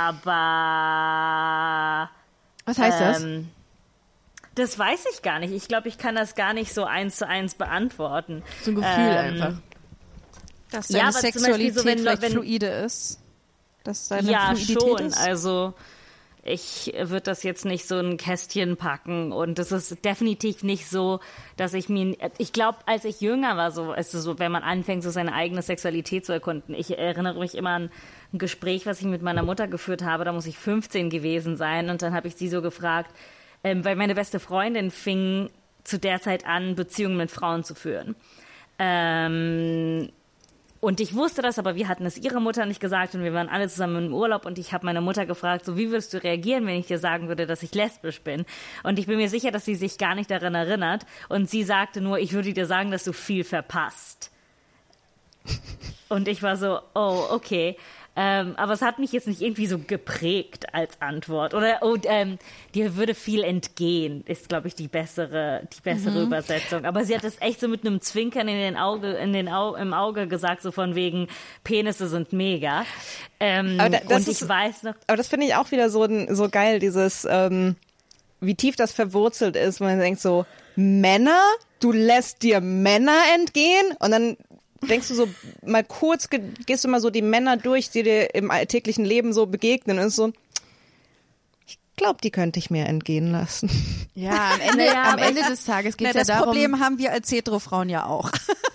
aber Was heißt das? ähm, das weiß ich gar nicht. Ich glaube, ich kann das gar nicht so eins zu eins beantworten. So ein Gefühl ähm, einfach. Dass Ja, deine aber zum Beispiel Sexualität so, wenn- vielleicht wenn- fluide ist. Dass deine Ja, Fluidität schon. ist. Also ich würde das jetzt nicht so in ein Kästchen packen und es ist definitiv nicht so, dass ich mir, ich glaube, als ich jünger war, so, es ist so, wenn man anfängt, so seine eigene Sexualität zu erkunden. Ich erinnere mich immer an ein Gespräch, was ich mit meiner Mutter geführt habe, da muss ich fünfzehn gewesen sein und dann habe ich sie so gefragt, ähm, weil meine beste Freundin fing zu der Zeit an, Beziehungen mit Frauen zu führen. Ähm, Und ich wusste das, aber wir hatten es ihrer Mutter nicht gesagt und wir waren alle zusammen im Urlaub und ich habe meine Mutter gefragt, so wie würdest du reagieren, wenn ich dir sagen würde, dass ich lesbisch bin? Und ich bin mir sicher, dass sie sich gar nicht daran erinnert und sie sagte nur, ich würde dir sagen, dass du viel verpasst. Und ich war so, oh, okay. Ähm, aber es hat mich jetzt nicht irgendwie so geprägt als Antwort. Oder oh, ähm, dir würde viel entgehen, ist, glaube ich, die bessere, die bessere Mhm. Übersetzung. Aber sie hat es echt so mit einem Zwinkern in den Auge, in den Au- im Auge gesagt, so von wegen, Penisse sind mega. Ähm, Aber da- das und ich ist- weiß noch, Aber das finde ich auch wieder so, so geil, dieses, ähm, wie tief das verwurzelt ist, wenn man denkt so, Männer? Du lässt dir Männer entgehen? Und dann denkst du so, mal kurz, ge- gehst du mal so die Männer durch, die dir im alltäglichen Leben so begegnen und ist so, ich glaube, die könnte ich mir entgehen lassen. Ja, am Ende, Ja, am aber Ende des Tages geht Na, es ja das darum... Problem haben wir als Hetero-Frauen ja auch.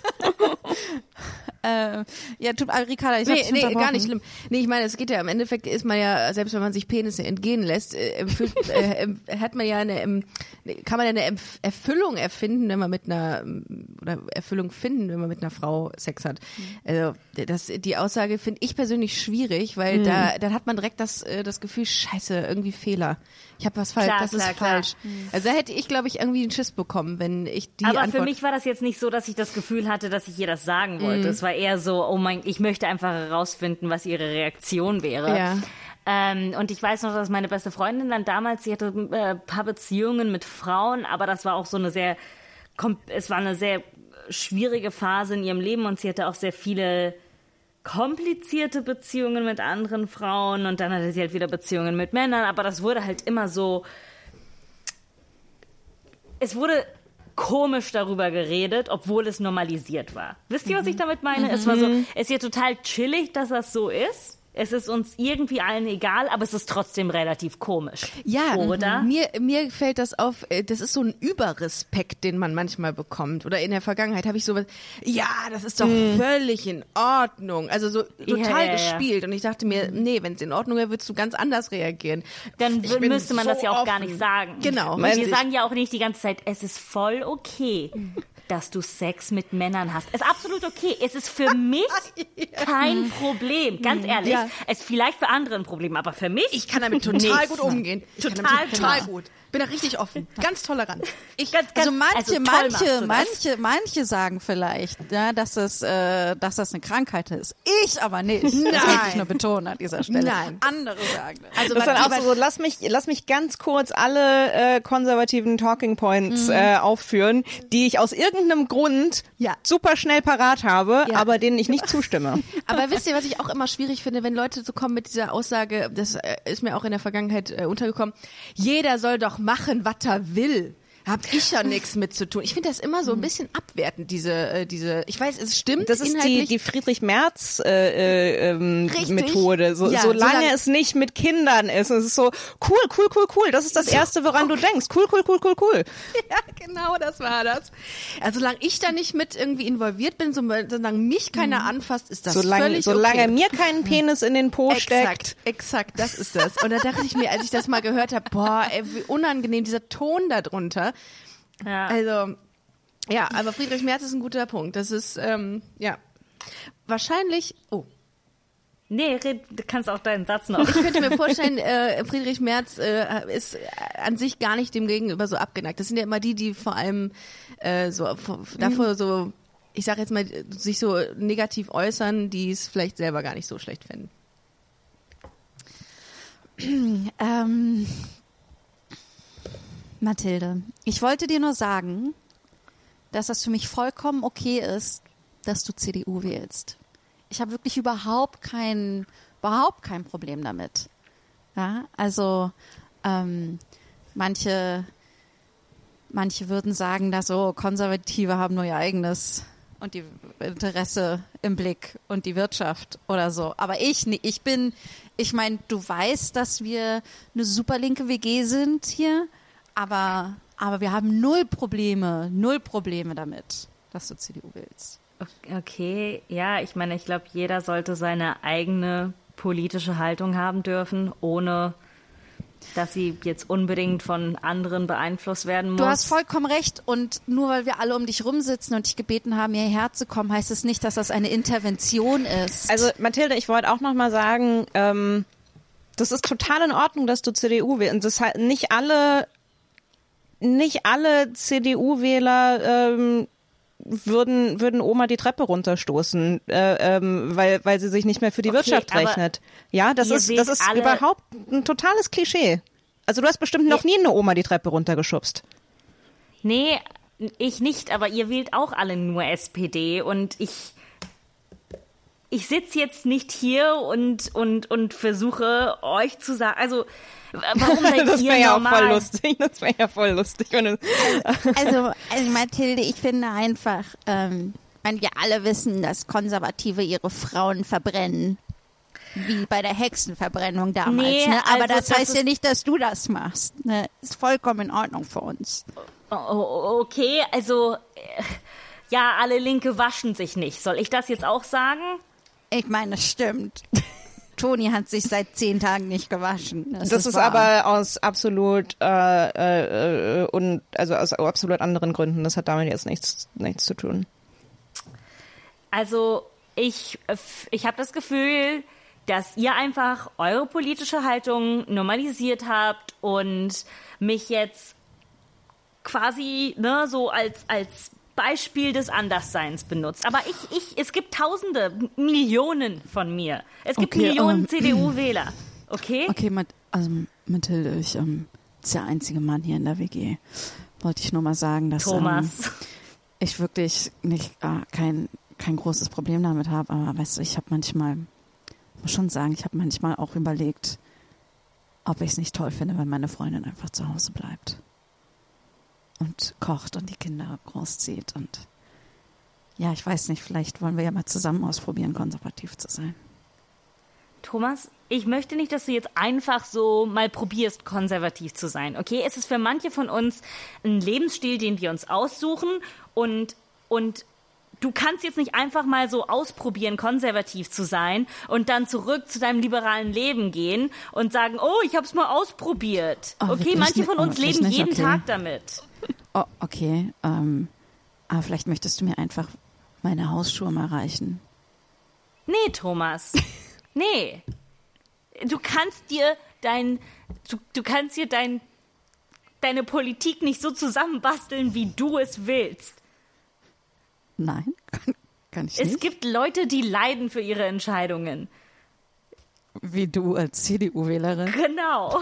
äh, ja, tut, äh, Ricarda, ich Nee, hab's nee, unterbrochen. gar nicht schlimm. Nee, ich meine, es geht ja im Endeffekt, ist man ja, selbst wenn man sich Penisse entgehen lässt, äh, empfüllt, äh, ähm, hat man ja eine, ähm, kann man ja eine Empf- Erfüllung erfinden, wenn man mit einer, ähm, oder Erfüllung finden, wenn man mit einer Frau Sex hat. Also, das, die Aussage finde ich persönlich schwierig, weil da, dann hat man direkt das, äh, das Gefühl, scheiße, irgendwie Fehler. Ich habe was falsch, Klar, das klar, ist klar. falsch. Also da hätte ich, glaube ich, irgendwie einen Schiss bekommen, wenn ich die aber Antwort... für mich war das jetzt nicht so, dass ich das Gefühl hatte, dass ich ihr das sagen wollte. Es war eher so, oh mein, ich möchte einfach herausfinden, was ihre Reaktion wäre. Ja. Ähm, und ich weiß noch, dass meine beste Freundin dann damals, sie hatte äh, ein paar Beziehungen mit Frauen, aber das war auch so eine sehr, kom- es war eine sehr schwierige Phase in ihrem Leben und sie hatte auch sehr viele komplizierte Beziehungen mit anderen Frauen und dann hatte sie halt wieder Beziehungen mit Männern, aber das wurde halt immer so, es wurde komisch darüber geredet, obwohl es normalisiert war. Wisst ihr, was ich damit meine? Es war so, es ist ja total chillig, dass das so ist. Es ist uns irgendwie allen egal, aber es ist trotzdem relativ komisch. Ja, Oder? Mir, mir fällt das auf, äh, das ist so ein Überrespekt, den man manchmal bekommt. Oder in der Vergangenheit habe ich sowas, ja, das ist doch völlig in Ordnung. Also so total ja, ja. gespielt. Und ich dachte mir, nee, wenn es in Ordnung wäre, würdest du ganz anders reagieren. Dann Ich w- bin müsste man so das ja auch gar offen. nicht sagen. Genau. Wir richtig. sagen ja auch nicht die ganze Zeit, es ist voll okay, dass du Sex mit Männern hast. Es ist absolut okay. Es ist für mich kein Problem. Ganz ehrlich. Ja. Es ist vielleicht für andere ein Problem, aber für mich Ich kann damit total nichts. gut umgehen. Ich kann Total damit total genau. gut. Bin da richtig offen. Ganz tolerant. Ich, ganz, ganz, Also manche, also toll manche, machst du das. manche, manche sagen vielleicht, ja, dass es, äh, dass das eine Krankheit ist. Ich aber nicht. Das möchte ich nur betonen an dieser Stelle. Nein. Andere sagen das. Also Das ist man- dann auch so, so, lass mich, lass mich ganz kurz alle äh, konservativen Talking Points äh, aufführen, die ich aus irgendeinem Grund Ja. super schnell parat habe, Ja. aber denen ich nicht zustimme. Aber wisst ihr, was ich auch immer schwierig finde, wenn Leute so kommen mit dieser Aussage, das äh, ist mir auch in der Vergangenheit äh, untergekommen, jeder soll doch machen, was er will. Hab ich ja nichts mit zu tun. Ich finde das immer so ein bisschen abwertend, diese, äh, diese, ich weiß, es stimmt Das ist die, inhaltlich. die Friedrich-Merz äh, äh, ähm, Richtig. Methode. So, Ja, solange solange- es nicht mit Kindern ist. Es ist so, cool, cool, cool, cool. Das ist das Erste, woran du denkst. Cool, cool, cool, cool, cool. Ja, genau, das war das. Also solange ich da nicht mit irgendwie involviert bin, so- solange mich keiner anfasst, ist das Solange, völlig solange er okay. mir keinen Penis in den Po steckt. Exakt, exakt, das ist das. Und da dachte ich mir, als ich das mal gehört habe, boah, ey, wie unangenehm, dieser Ton da drunter. Ja. Also, ja, aber Friedrich Merz ist ein guter Punkt. Das ist, ähm, ja, wahrscheinlich, oh, Nee, red, du kannst auch deinen Satz noch. Ich könnte mir vorstellen, äh, Friedrich Merz äh, ist an sich gar nicht dem Gegenüber so abgeneigt. Das sind ja immer die, die vor allem äh, so v- davor so, ich sag jetzt mal, sich so negativ äußern, die es vielleicht selber gar nicht so schlecht fänden. Ähm, Mathilde, ich wollte dir nur sagen, dass das für mich vollkommen okay ist, dass du C D U wählst. Ich habe wirklich überhaupt kein, überhaupt kein Problem damit. Ja, also ähm, manche, manche würden sagen, dass so Konservative haben nur ihr eigenes und die Interesse im Blick und die Wirtschaft oder so. Aber ich, nee, ich bin, ich meine, du weißt, dass wir eine super linke W G sind hier, aber, aber wir haben null Probleme, null Probleme damit, dass du C D U willst. Okay, ja, ich meine, ich glaube, jeder sollte seine eigene politische Haltung haben dürfen, ohne dass sie jetzt unbedingt von anderen beeinflusst werden muss. Du hast vollkommen recht und nur weil wir alle um dich rumsitzen und dich gebeten haben, hierher zu kommen, heißt es nicht, dass das eine Intervention ist. Also Mathilde, ich wollte auch noch mal sagen, ähm, das ist total in Ordnung, dass du C D U wählst. Und das halt nicht alle, nicht alle C D U-Wähler ähm, würden würden Oma die Treppe runterstoßen, äh, ähm, weil weil sie sich nicht mehr für die Okay, Wirtschaft aber rechnet. Ja, das ihr ist seht das ist alle- überhaupt ein totales Klischee. Also du hast bestimmt noch nie eine Oma die Treppe runtergeschubst. Nee, ich nicht, aber ihr wählt auch alle nur S P D und ich ich sitze jetzt nicht hier und und und versuche euch zu sagen, also warum seid Das ihr wäre ja auch normal? voll lustig. Das wäre ja voll lustig. Wenn es Also, also Mathilde, ich finde einfach, ähm, wenn wir alle wissen, dass Konservative ihre Frauen verbrennen, wie bei der Hexenverbrennung damals. Nee, Ne? Aber also das, das heißt ist- ja nicht, dass du das machst. Ne? Ist vollkommen in Ordnung für uns. Oh, okay, also äh, ja, alle Linke waschen sich nicht. Soll ich das jetzt auch sagen? Ich meine, es stimmt. Toni hat sich seit zehn Tagen nicht gewaschen. Das, Das ist wahr. aber aus absolut äh, äh, äh, und also aus absolut anderen Gründen. Das hat damit jetzt nichts nichts zu tun. Also ich, äh, f- ich habe das Gefühl, dass ihr einfach eure politische Haltung normalisiert habt und mich jetzt quasi ne, so als, als Beispiel des Andersseins benutzt. Aber ich, ich, es gibt Tausende, Millionen von mir. Es gibt Okay, Millionen ähm, C D U-Wähler. Okay? Okay, Mat also Mathilde, ich ähm, ist der einzige Mann hier in der W G. Wollte ich nur mal sagen, dass Thomas. Ähm, ich wirklich nicht äh, kein kein großes Problem damit habe. Aber weißt du, ich habe manchmal, muss schon sagen, ich habe manchmal auch überlegt, ob ich es nicht toll finde, wenn meine Freundin einfach zu Hause bleibt und kocht und die Kinder großzieht. Und ja, ich weiß nicht, vielleicht wollen wir ja mal zusammen ausprobieren, konservativ zu sein. Thomas, ich möchte nicht, dass du jetzt einfach so mal probierst, konservativ zu sein, okay? Es ist für manche von uns ein Lebensstil, den wir uns aussuchen und, und du kannst jetzt nicht einfach mal so ausprobieren, konservativ zu sein und dann zurück zu deinem liberalen Leben gehen und sagen, oh, ich hab's mal ausprobiert. Oh, Okay, wirklich manche nicht? von Oh, uns wirklich leben nicht? jeden Okay. Tag damit. Oh, okay. Ähm, aber vielleicht möchtest du mir einfach meine Hausschuhe mal reichen. Nee, Thomas. Nee. Du kannst dir dein, du, du kannst dir dein, deine Politik nicht so zusammenbasteln, wie du es willst. Nein, kann, kann ich Es nicht. gibt Leute, die leiden für ihre Entscheidungen. Wie du als C D U-Wählerin. Genau.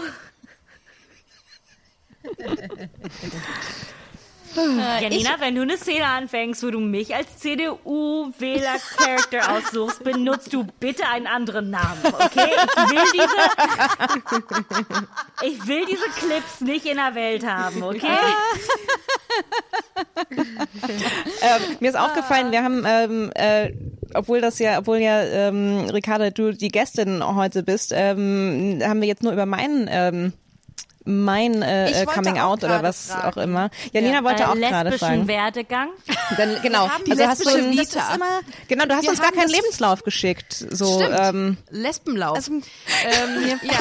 Janina, wenn du eine Szene anfängst, wo du mich als C D U-Wähler-Charakter aussuchst, benutzt du bitte einen anderen Namen, okay? Ich will diese, ich will diese Clips nicht in der Welt haben, okay? Ähm, mir ist aufgefallen, wir haben, ähm, äh, obwohl das ja, obwohl ja, ähm, Ricarda, du die Gästin heute bist, ähm, haben wir jetzt nur über meinen, ähm, mein äh, Ich äh, wollte Coming auch Out oder gerade was fragen. auch immer. Janina wollte Äh, auch gerade lesbischen fragen. Werdegang. Dann, genau, haben die also hast du lesbische ein, Vita. Das ist immer- genau, du hast wir uns gar haben keinen das- Lebenslauf geschickt. So, Stimmt. ähm, Lesbenlauf. Also, ähm, ja.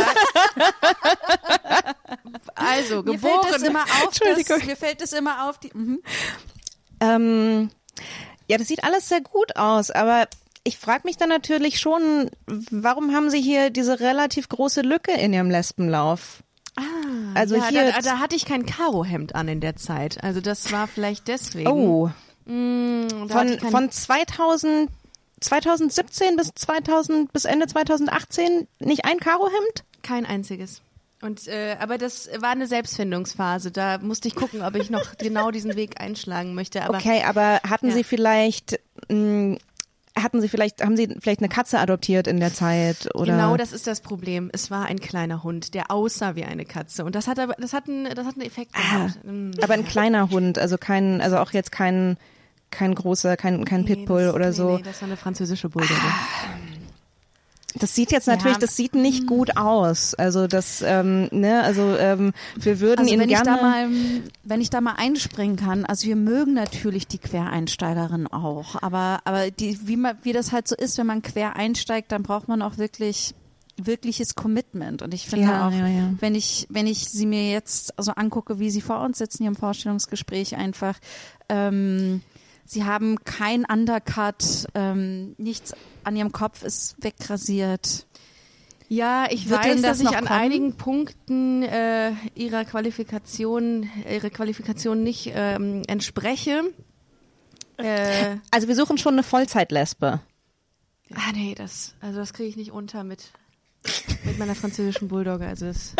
Also, mir fällt es geboren. immer auf, Entschuldigung. dass, mir fällt es immer auf, die, mhm. ähm, ja, das sieht alles sehr gut aus, aber ich frage mich dann natürlich schon, warum haben sie hier diese relativ große Lücke in ihrem Lesbenlauf? Ah, also ja, hier da, da hatte ich kein Karohemd an in der Zeit. Also das war vielleicht deswegen. Oh, Mm, da hatte von ich kein- von zweitausend, zweitausendsiebzehn bis zweitausend bis Ende zweitausendachtzehn nicht ein Karohemd? Kein einziges. Und äh, aber das war eine Selbstfindungsphase. Da musste ich gucken, ob ich noch genau diesen Weg einschlagen möchte. Aber Okay, aber hatten Ja. Sie vielleicht mh, hatten Sie vielleicht haben Sie vielleicht eine Katze adoptiert in der Zeit oder genau, das ist das Problem. Es war ein kleiner Hund, der aussah wie eine Katze. Und das hat aber, das hat einen, das hat einen Effekt gehabt. Mm. aber ein kleiner Hund, also kein, also auch jetzt kein kein großer, kein kein Nee, Pitbull das, oder nee, so. Nee, das war eine französische Bulldogge. Das sieht jetzt natürlich, Ja. das sieht nicht gut aus. Also das, ähm, ne, also ähm, wir würden Also ihn wenn ich gerne. da mal, wenn ich da mal einspringen kann, also wir mögen natürlich die Quereinsteigerin auch, aber aber die, wie man, wie das halt so ist, wenn man quer einsteigt, dann braucht man auch wirklich wirkliches Commitment. Und ich finde Ja, auch, ja, ja. wenn ich wenn ich sie mir jetzt also angucke, wie sie vor uns sitzen hier im Vorstellungsgespräch, einfach ähm, sie haben kein Undercut, ähm, nichts an ihrem Kopf ist wegrasiert. Ja, ich Wird denn weiß, das dass ich noch an kommen? einigen Punkten äh, ihrer Qualifikation, ihrer Qualifikation nicht ähm, entspreche. Äh, Also wir suchen schon eine Vollzeitlesbe. ah nee, das, also das kriege ich nicht unter mit mit meiner französischen Bulldogge. Also das.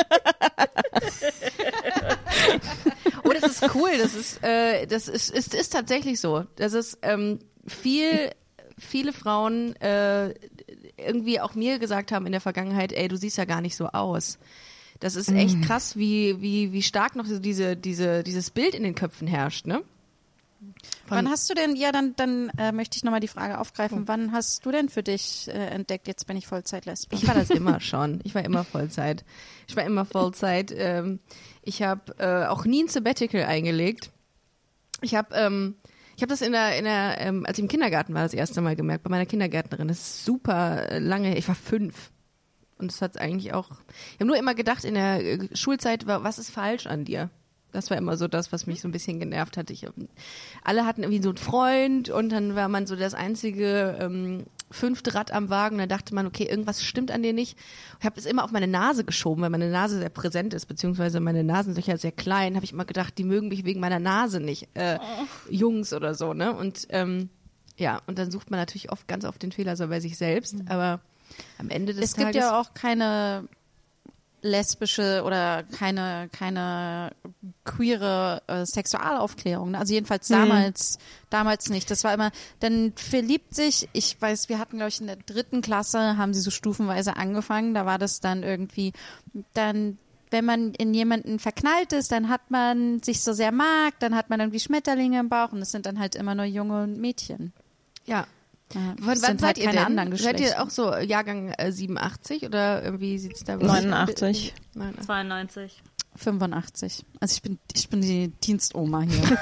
Oh, das ist cool. Das ist, äh, das ist, ist, ist tatsächlich so. Das ist ähm, viel, viele Frauen äh, irgendwie auch mir gesagt haben in der Vergangenheit, ey, du siehst ja gar nicht so aus. Das ist echt krass, wie, wie, wie stark noch so diese, diese, dieses Bild in den Köpfen herrscht, ne? Von- Wann hast du denn, ja, dann, dann äh, möchte ich nochmal die Frage aufgreifen, wann hast du denn für dich äh, entdeckt, jetzt bin ich Vollzeitlesbe? Ich war das immer schon. Ich war immer Vollzeit. Ich war immer Vollzeit. Ähm, ich habe äh, auch nie ein Sabbatical eingelegt. Ich habe ähm, ich habe das in der, in der ähm, als ich im Kindergarten war, das erste Mal gemerkt, bei meiner Kindergärtnerin. Das ist super äh, lange. Ich war fünf. Und das hat eigentlich auch, ich habe nur immer gedacht in der äh, Schulzeit, wa- was ist falsch an dir? Das war immer so das, was mich so ein bisschen genervt hat. Ich, alle hatten irgendwie so einen Freund und dann war man so das einzige ähm, fünfte Rad am Wagen. Da dachte man, okay, irgendwas stimmt an dir nicht. Ich habe es immer auf meine Nase geschoben, weil meine Nase sehr präsent ist, beziehungsweise meine Nasenlöcher sehr klein. Habe ich immer gedacht, die mögen mich wegen meiner Nase nicht, äh, Jungs oder so, ne? Und ähm, ja, und dann sucht man natürlich oft ganz oft den Fehler so bei sich selbst. Aber am Ende des Es gibt Tages ja auch keine lesbische oder keine keine queere äh, Sexualaufklärung. Ne? Also jedenfalls damals damals nicht. Das war immer, dann verliebt sich, ich weiß, wir hatten glaube ich in der dritten Klasse, haben sie so stufenweise angefangen, da war das dann irgendwie, dann wenn man in jemanden verknallt ist, dann hat man sich so sehr mag, dann hat man irgendwie Schmetterlinge im Bauch und es sind dann halt immer nur junge Mädchen. ja. Ja, Wann, es wann sind seid halt ihr keine denn? anderen Seid Geschlechter. ihr auch so Jahrgang äh, siebenundachtzig oder irgendwie sieht's da neunundachtzig. neunundachtzig. zweiundneunzig. fünfundachtzig. Also ich bin ich bin die Dienstoma hier.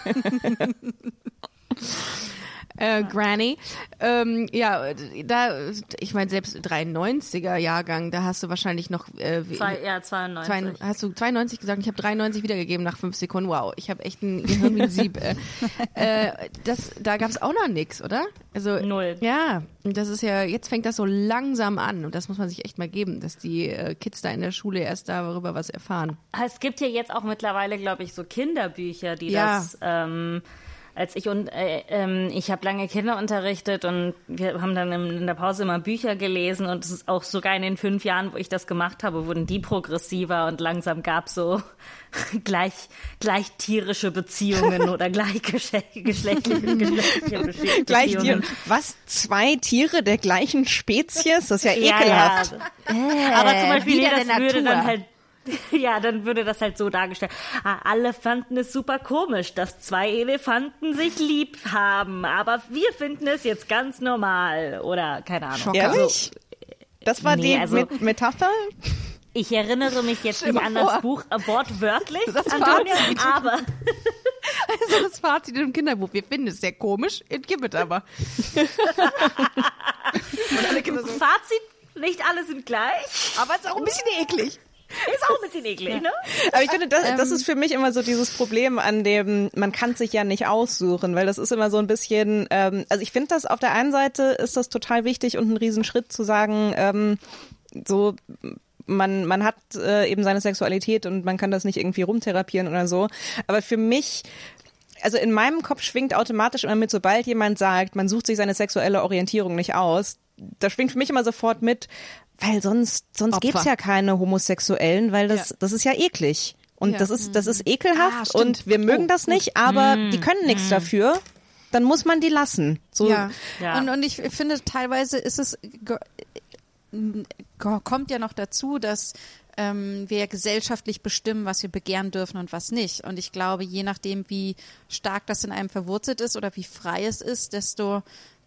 Äh, Granny. Ähm, ja, da, ich meine, selbst dreiundneunziger Jahrgang, da hast du wahrscheinlich noch, äh, wie- Zwei, ja, zweiundneunzig. zwei, hast du zweiundneunzig gesagt, ich habe dreiundneunzig wiedergegeben nach fünf Sekunden. Wow, ich habe echt ein Gehirn wie ein Sieb. Äh, äh, das, da gab's auch noch nix, oder? Also Null. Ja, und das ist ja, jetzt fängt das so langsam an und das muss man sich echt mal geben, dass die äh, Kids da in der Schule erst darüber was erfahren. Es gibt ja jetzt auch mittlerweile, glaube ich, so Kinderbücher, die Ja. das, ähm, als ich und äh, ähm, ich habe lange Kinder unterrichtet und wir haben dann in, in der Pause immer Bücher gelesen und es ist auch sogar in den fünf Jahren, wo ich das gemacht habe, wurden die progressiver und langsam gab so gleich gleich tierische Beziehungen oder gleichgeschlechtliche geschlechtliche Beziehungen. Gleich Tiere. Was? Zwei Tiere der gleichen Spezies? Das ist ja Ja, ekelhaft. ja. Aber zum Beispiel, nee, wieder das der würde Natur. dann halt, ja, dann würde das halt so dargestellt. Ah, alle fanden es super komisch, dass zwei Elefanten sich lieb haben, aber wir finden es jetzt ganz normal. Oder, keine Ahnung. Schocker. Ehrlich? Das war Nee, die also- Met- Metapher? Ich erinnere mich jetzt Stell nicht mal an das vor. Buch äh, wortwörtlich, Das Antonia, Fazit. aber Also das Fazit im Kinderbuch, wir finden es sehr komisch, it give it aber. Und alle Kinder so, Fazit, nicht alle sind gleich. aber es ist auch ein bisschen eklig. Ist auch ein bisschen eklig, ne? Aber ich finde, das, das ist für mich immer so dieses Problem, an dem man kann sich ja nicht aussuchen, weil das ist immer so ein bisschen, ähm, also ich finde das auf der einen Seite ist das total wichtig und ein Riesenschritt zu sagen, ähm, so man man hat äh, eben seine Sexualität und man kann das nicht irgendwie rumtherapieren oder so. Aber für mich, also in meinem Kopf schwingt automatisch immer mit, sobald jemand sagt, man sucht sich seine sexuelle Orientierung nicht aus, da schwingt für mich immer sofort mit, weil sonst sonst Opfer. gibt's ja keine Homosexuellen, weil das Ja. das ist ja eklig und Ja. das ist das ist ekelhaft Ah, stimmt. und wir mögen Oh, das nicht, aber die können nichts dafür. Dann muss man die lassen. So Ja. Ja. Und, und ich finde, teilweise ist es, ge- ge- kommt ja noch dazu, dass ähm, wir ja gesellschaftlich bestimmen, was wir begehren dürfen und was nicht. Und ich glaube, je nachdem, wie stark das in einem verwurzelt ist oder wie frei es ist, desto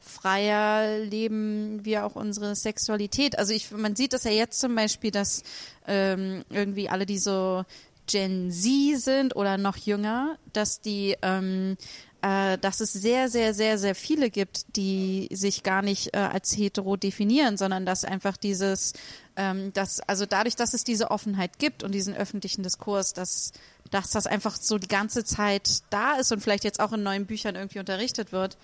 freier leben wir auch unsere Sexualität. Also ich, man sieht das ja jetzt zum Beispiel, dass ähm, irgendwie alle, die so Gen Z sind oder noch jünger, dass die ähm, äh, dass es sehr, sehr, sehr, sehr viele gibt, die sich gar nicht äh, als hetero definieren, sondern dass einfach dieses, ähm, dass, also dadurch, dass es diese Offenheit gibt und diesen öffentlichen Diskurs, dass, dass das einfach so die ganze Zeit da ist und vielleicht jetzt auch in neuen Büchern irgendwie unterrichtet wird.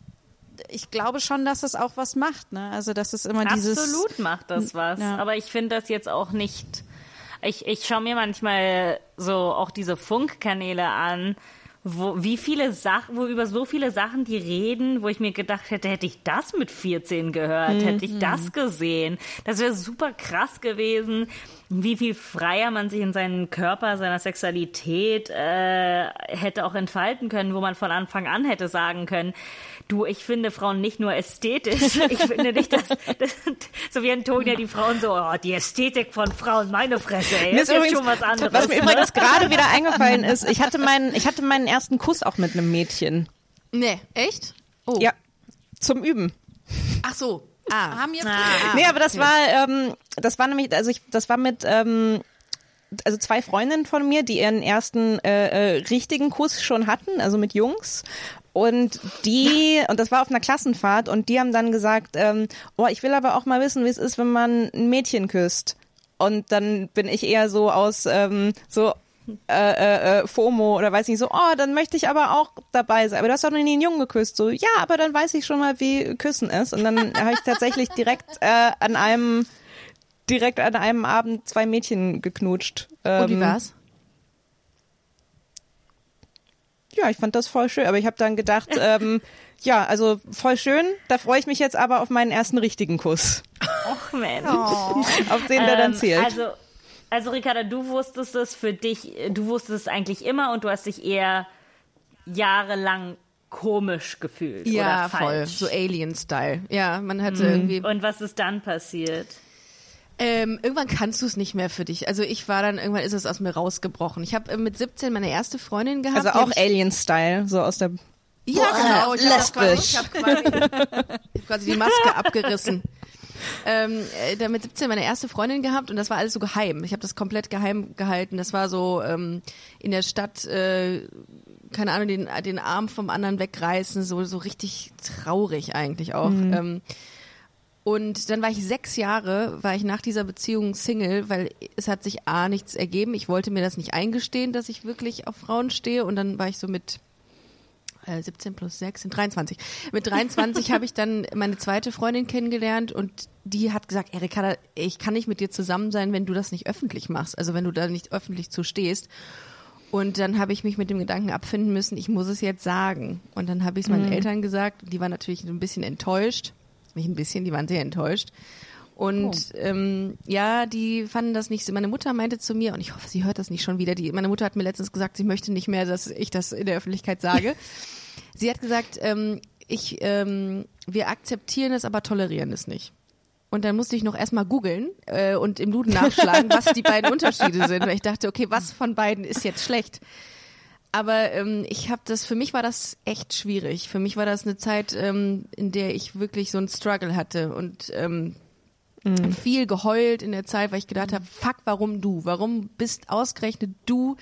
Ich glaube schon, dass es auch was macht, ne? Also dass es immer dieses Absolut macht das was. Ja. Aber ich finde das jetzt auch nicht. Ich, ich schaue mir manchmal so auch diese Funkkanäle an, wo wie viele Sachen, wo über so viele Sachen die reden, wo ich mir gedacht hätte, hätte ich das mit vierzehn gehört, hätte ich das gesehen. Das wäre super krass gewesen, wie viel freier man sich in seinen Körper, seiner Sexualität äh, hätte auch entfalten können, wo man von Anfang an hätte sagen können, du, ich finde Frauen nicht nur ästhetisch. Ich finde nicht, dass, das, so wie Antonia die Frauen so, oh, die Ästhetik von Frauen, meine Fresse, ey, Mir das ist jetzt schon was anderes. Was mir übrigens gerade wieder eingefallen ist, ich hatte meinen, ich hatte meinen ersten Kuss auch mit einem Mädchen. Nee, echt? Oh. Ja, zum Üben. Ach so. Ah. haben wir Ah. Nee, aber das war, ähm, das war nämlich, also ich, das war mit, ähm, also zwei Freundinnen von mir, die ihren ersten äh, äh, richtigen Kuss schon hatten, also mit Jungs. Und die, und das war auf einer Klassenfahrt, und die haben dann gesagt, ähm, oh, ich will aber auch mal wissen, wie es ist, wenn man ein Mädchen küsst. Und dann bin ich eher so aus ähm, so äh, äh, äh, FOMO oder weiß nicht, so, oh, dann möchte ich aber auch dabei sein. Aber du hast doch noch nie einen Jungen geküsst. So, ja, aber dann weiß ich schon mal, wie Küssen ist. Und dann habe ich tatsächlich direkt äh, an einem direkt an einem Abend zwei Mädchen geknutscht. Ähm, Und wie war's? Ja, ich fand das voll schön. Aber ich habe dann gedacht, ähm, ja, also voll schön. Da freue ich mich jetzt aber auf meinen ersten richtigen Kuss. Och, Mensch. Auf den, der dann Ähm, zählt. Also, also Ricarda, du wusstest es für dich, du wusstest es eigentlich immer und du hast dich eher jahrelang komisch gefühlt Ja, oder voll. falsch. So Alien-Style. Ja, man hatte irgendwie. Und was ist dann passiert? Ähm, irgendwann kannst du es nicht mehr für dich. Also ich war dann, irgendwann ist es aus mir rausgebrochen. Ich habe äh, mit siebzehn meine erste Freundin gehabt. Also die auch hab ich, Alien-Style, so aus der... Ja, genau. Ich hab auch lesbisch. quasi, ich habe quasi, ich hab quasi die Maske abgerissen. Ähm, äh, da mit siebzehn meine erste Freundin gehabt und das war alles so geheim. Ich habe das komplett geheim gehalten. Das war so ähm, in der Stadt, äh, keine Ahnung, den, den Arm vom anderen wegreißen, so, so richtig traurig eigentlich auch. Mhm. Ähm, und dann war ich sechs Jahre, war ich nach dieser Beziehung Single, weil es hat sich A, nichts ergeben. Ich wollte mir das nicht eingestehen, dass ich wirklich auf Frauen stehe. Und dann war ich so mit äh, siebzehn plus sechs sind dreiundzwanzig. Mit dreiundzwanzig habe ich dann meine zweite Freundin kennengelernt und die hat gesagt, Erika, ich kann nicht mit dir zusammen sein, wenn du das nicht öffentlich machst. Also wenn du da nicht öffentlich zu stehst. Und dann habe ich mich mit dem Gedanken abfinden müssen, ich muss es jetzt sagen. Und dann habe ich es meinen Mhm. Eltern gesagt. Die waren natürlich ein bisschen enttäuscht. Nicht ein bisschen, die waren sehr enttäuscht. Und Oh. ähm, ja, die fanden das nicht so. Meine Mutter meinte zu mir, und ich hoffe, sie hört das nicht schon wieder, die, meine Mutter hat mir letztens gesagt, sie möchte nicht mehr, dass ich das in der Öffentlichkeit sage. Sie hat gesagt, ähm, ich, ähm, wir akzeptieren es, aber tolerieren es nicht. Und dann musste ich noch erstmal googeln äh, und im Duden nachschlagen, was die beiden Unterschiede sind, weil ich dachte, okay, was von beiden ist jetzt schlecht? Aber ähm, ich habe das, für mich war das echt schwierig. Für mich war das eine Zeit, ähm, in der ich wirklich so einen Struggle hatte und ähm, mhm. viel geheult in der Zeit, weil ich gedacht habe, fuck, warum du? Warum bist ausgerechnet du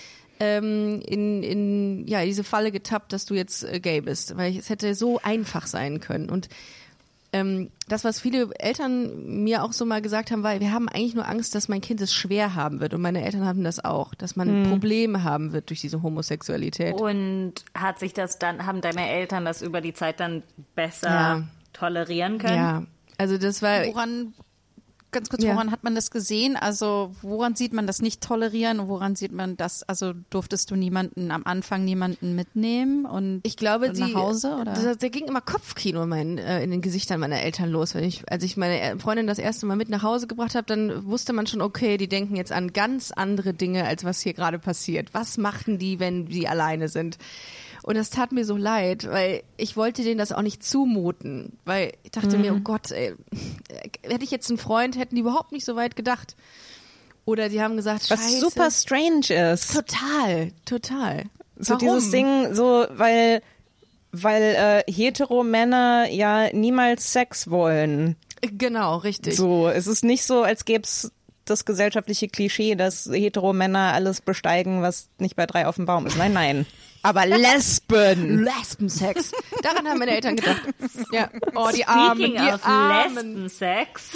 ähm, in, in ja, diese Falle getappt, dass du jetzt äh, gay bist? Weil es hätte so einfach sein können. Und ähm, das, was viele Eltern mir auch so mal gesagt haben, war, wir haben eigentlich nur Angst, dass mein Kind es schwer haben wird. Und meine Eltern haben das auch, dass man Mhm. Probleme haben wird durch diese Homosexualität. Und hat sich das dann, haben deine Eltern das über die Zeit dann besser Ja. tolerieren können? Ja, also das war... Woran, ganz kurz, Ja. woran hat man das gesehen? Also woran sieht man das nicht tolerieren und woran sieht man das, also durftest du niemanden, am Anfang niemanden mitnehmen und Ich glaube, und sie, nach Hause? Oder? Da, da ging immer Kopfkino in, meinen, äh, in den Gesichtern meiner Eltern los. Wenn ich, als ich meine Freundin das erste Mal mit nach Hause gebracht habe, dann wusste man schon, okay, die denken jetzt an ganz andere Dinge, als was hier gerade passiert. Was machten die, wenn die alleine sind? Und das tat mir so leid, weil ich wollte denen das auch nicht zumuten. Weil ich dachte Mhm. mir, oh Gott, ey, hätte ich jetzt einen Freund, hätten die überhaupt nicht so weit gedacht. Oder die haben gesagt, Was Scheiße. super strange ist. Total, total. So Warum? dieses Ding, so, weil, weil äh, Hetero-Männer ja niemals Sex wollen. Genau, richtig. So, es ist nicht so, als gäbe es das gesellschaftliche Klischee, dass Hetero-Männer alles besteigen, was nicht bei drei auf dem Baum ist. Nein, nein. Aber Lesben! Lesbensex. Daran haben meine Eltern gedacht. Ja. Oh, die Armen, Speaking die of Armen. Lesbensex.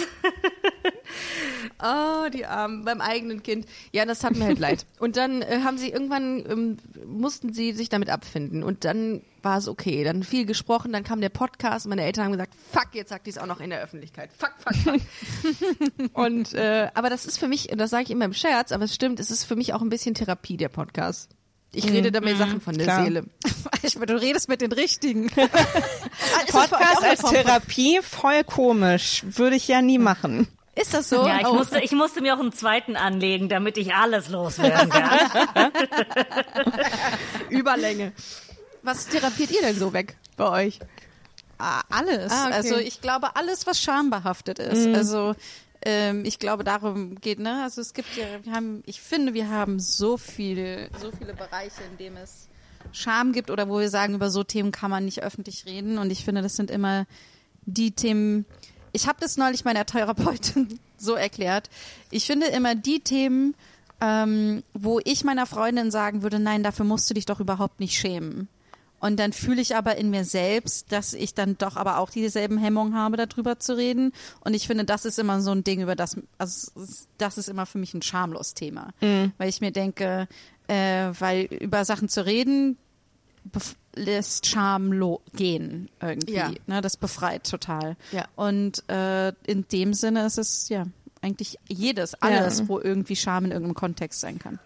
Oh, die Armen beim eigenen Kind. Ja, das tat mir halt leid. Und dann äh, haben sie irgendwann, ähm, mussten sie sich damit abfinden. Und dann war es okay. Dann viel gesprochen, dann kam der Podcast und meine Eltern haben gesagt, fuck, jetzt sagt die es auch noch in der Öffentlichkeit. Fuck, fuck, fuck. und, äh, aber das ist für mich, und das sage ich immer im Scherz, aber es stimmt, es ist für mich auch ein bisschen Therapie, der Podcast. Ich rede da mir Sachen von der klar. Seele. Ich meine, du redest mit den Richtigen. Podcast als Therapie, voll komisch. Würde ich ja nie machen. Ist das so? Ja, ich Oh. musste, ich musste mir auch einen zweiten anlegen, damit ich alles loswerden kann. Überlänge. Was therapiert ihr denn so weg bei euch? Ah, alles. Ah, okay. Also ich glaube, alles, was schambehaftet ist. Mhm. Also ähm, ich glaube, darum geht, ne? Also es gibt ja, wir haben, ich finde, wir haben so viele, so viele Bereiche, in denen es Scham gibt oder wo wir sagen, über so Themen kann man nicht öffentlich reden. Und ich finde, das sind immer die Themen. Ich habe das neulich meiner Therapeutin so erklärt. Ich finde immer die Themen, ähm, wo ich meiner Freundin sagen würde, nein, dafür musst du dich doch überhaupt nicht schämen. Und dann fühle ich aber in mir selbst, dass ich dann doch aber auch dieselben Hemmungen habe, darüber zu reden. Und ich finde, das ist immer so ein Ding, über das, also das ist immer für mich ein schamlos Thema. Mhm. Weil ich mir denke, äh, weil über Sachen zu reden, bef- lässt Scham lo- gehen irgendwie. Ja. Ne, das befreit total. Ja. Und äh, in dem Sinne ist es ja eigentlich jedes, alles, Ja. wo irgendwie Scham in irgendeinem Kontext sein kann.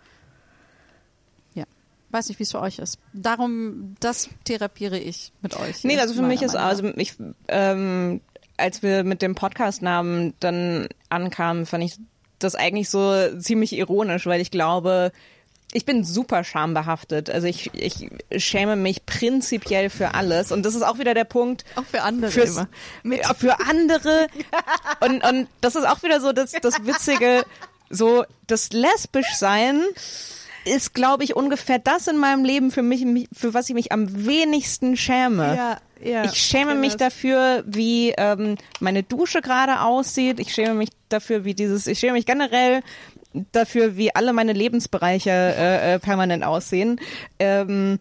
Weiß nicht, wie es für euch ist. Darum, das therapiere ich mit euch. Nee, also für meiner mich ist, Meinung nach. also ich, ähm, als wir mit dem Podcast-Namen dann ankamen, fand ich das eigentlich so ziemlich ironisch, weil ich glaube, ich bin super schambehaftet. Also ich, ich schäme mich prinzipiell für alles. Und das ist auch wieder der Punkt. Auch für andere Fürs, immer. Ja, für andere. Und, und das ist auch wieder so das, das Witzige, so das Lesbischsein ist, glaube ich, ungefähr das in meinem Leben, für mich, für was ich mich am wenigsten schäme. Ja, ja. Ich schäme mich dafür, wie ähm, meine Dusche gerade aussieht. Ich schäme mich dafür, wie dieses, ich schäme mich generell dafür, wie alle meine Lebensbereiche äh, äh, permanent aussehen. Ähm,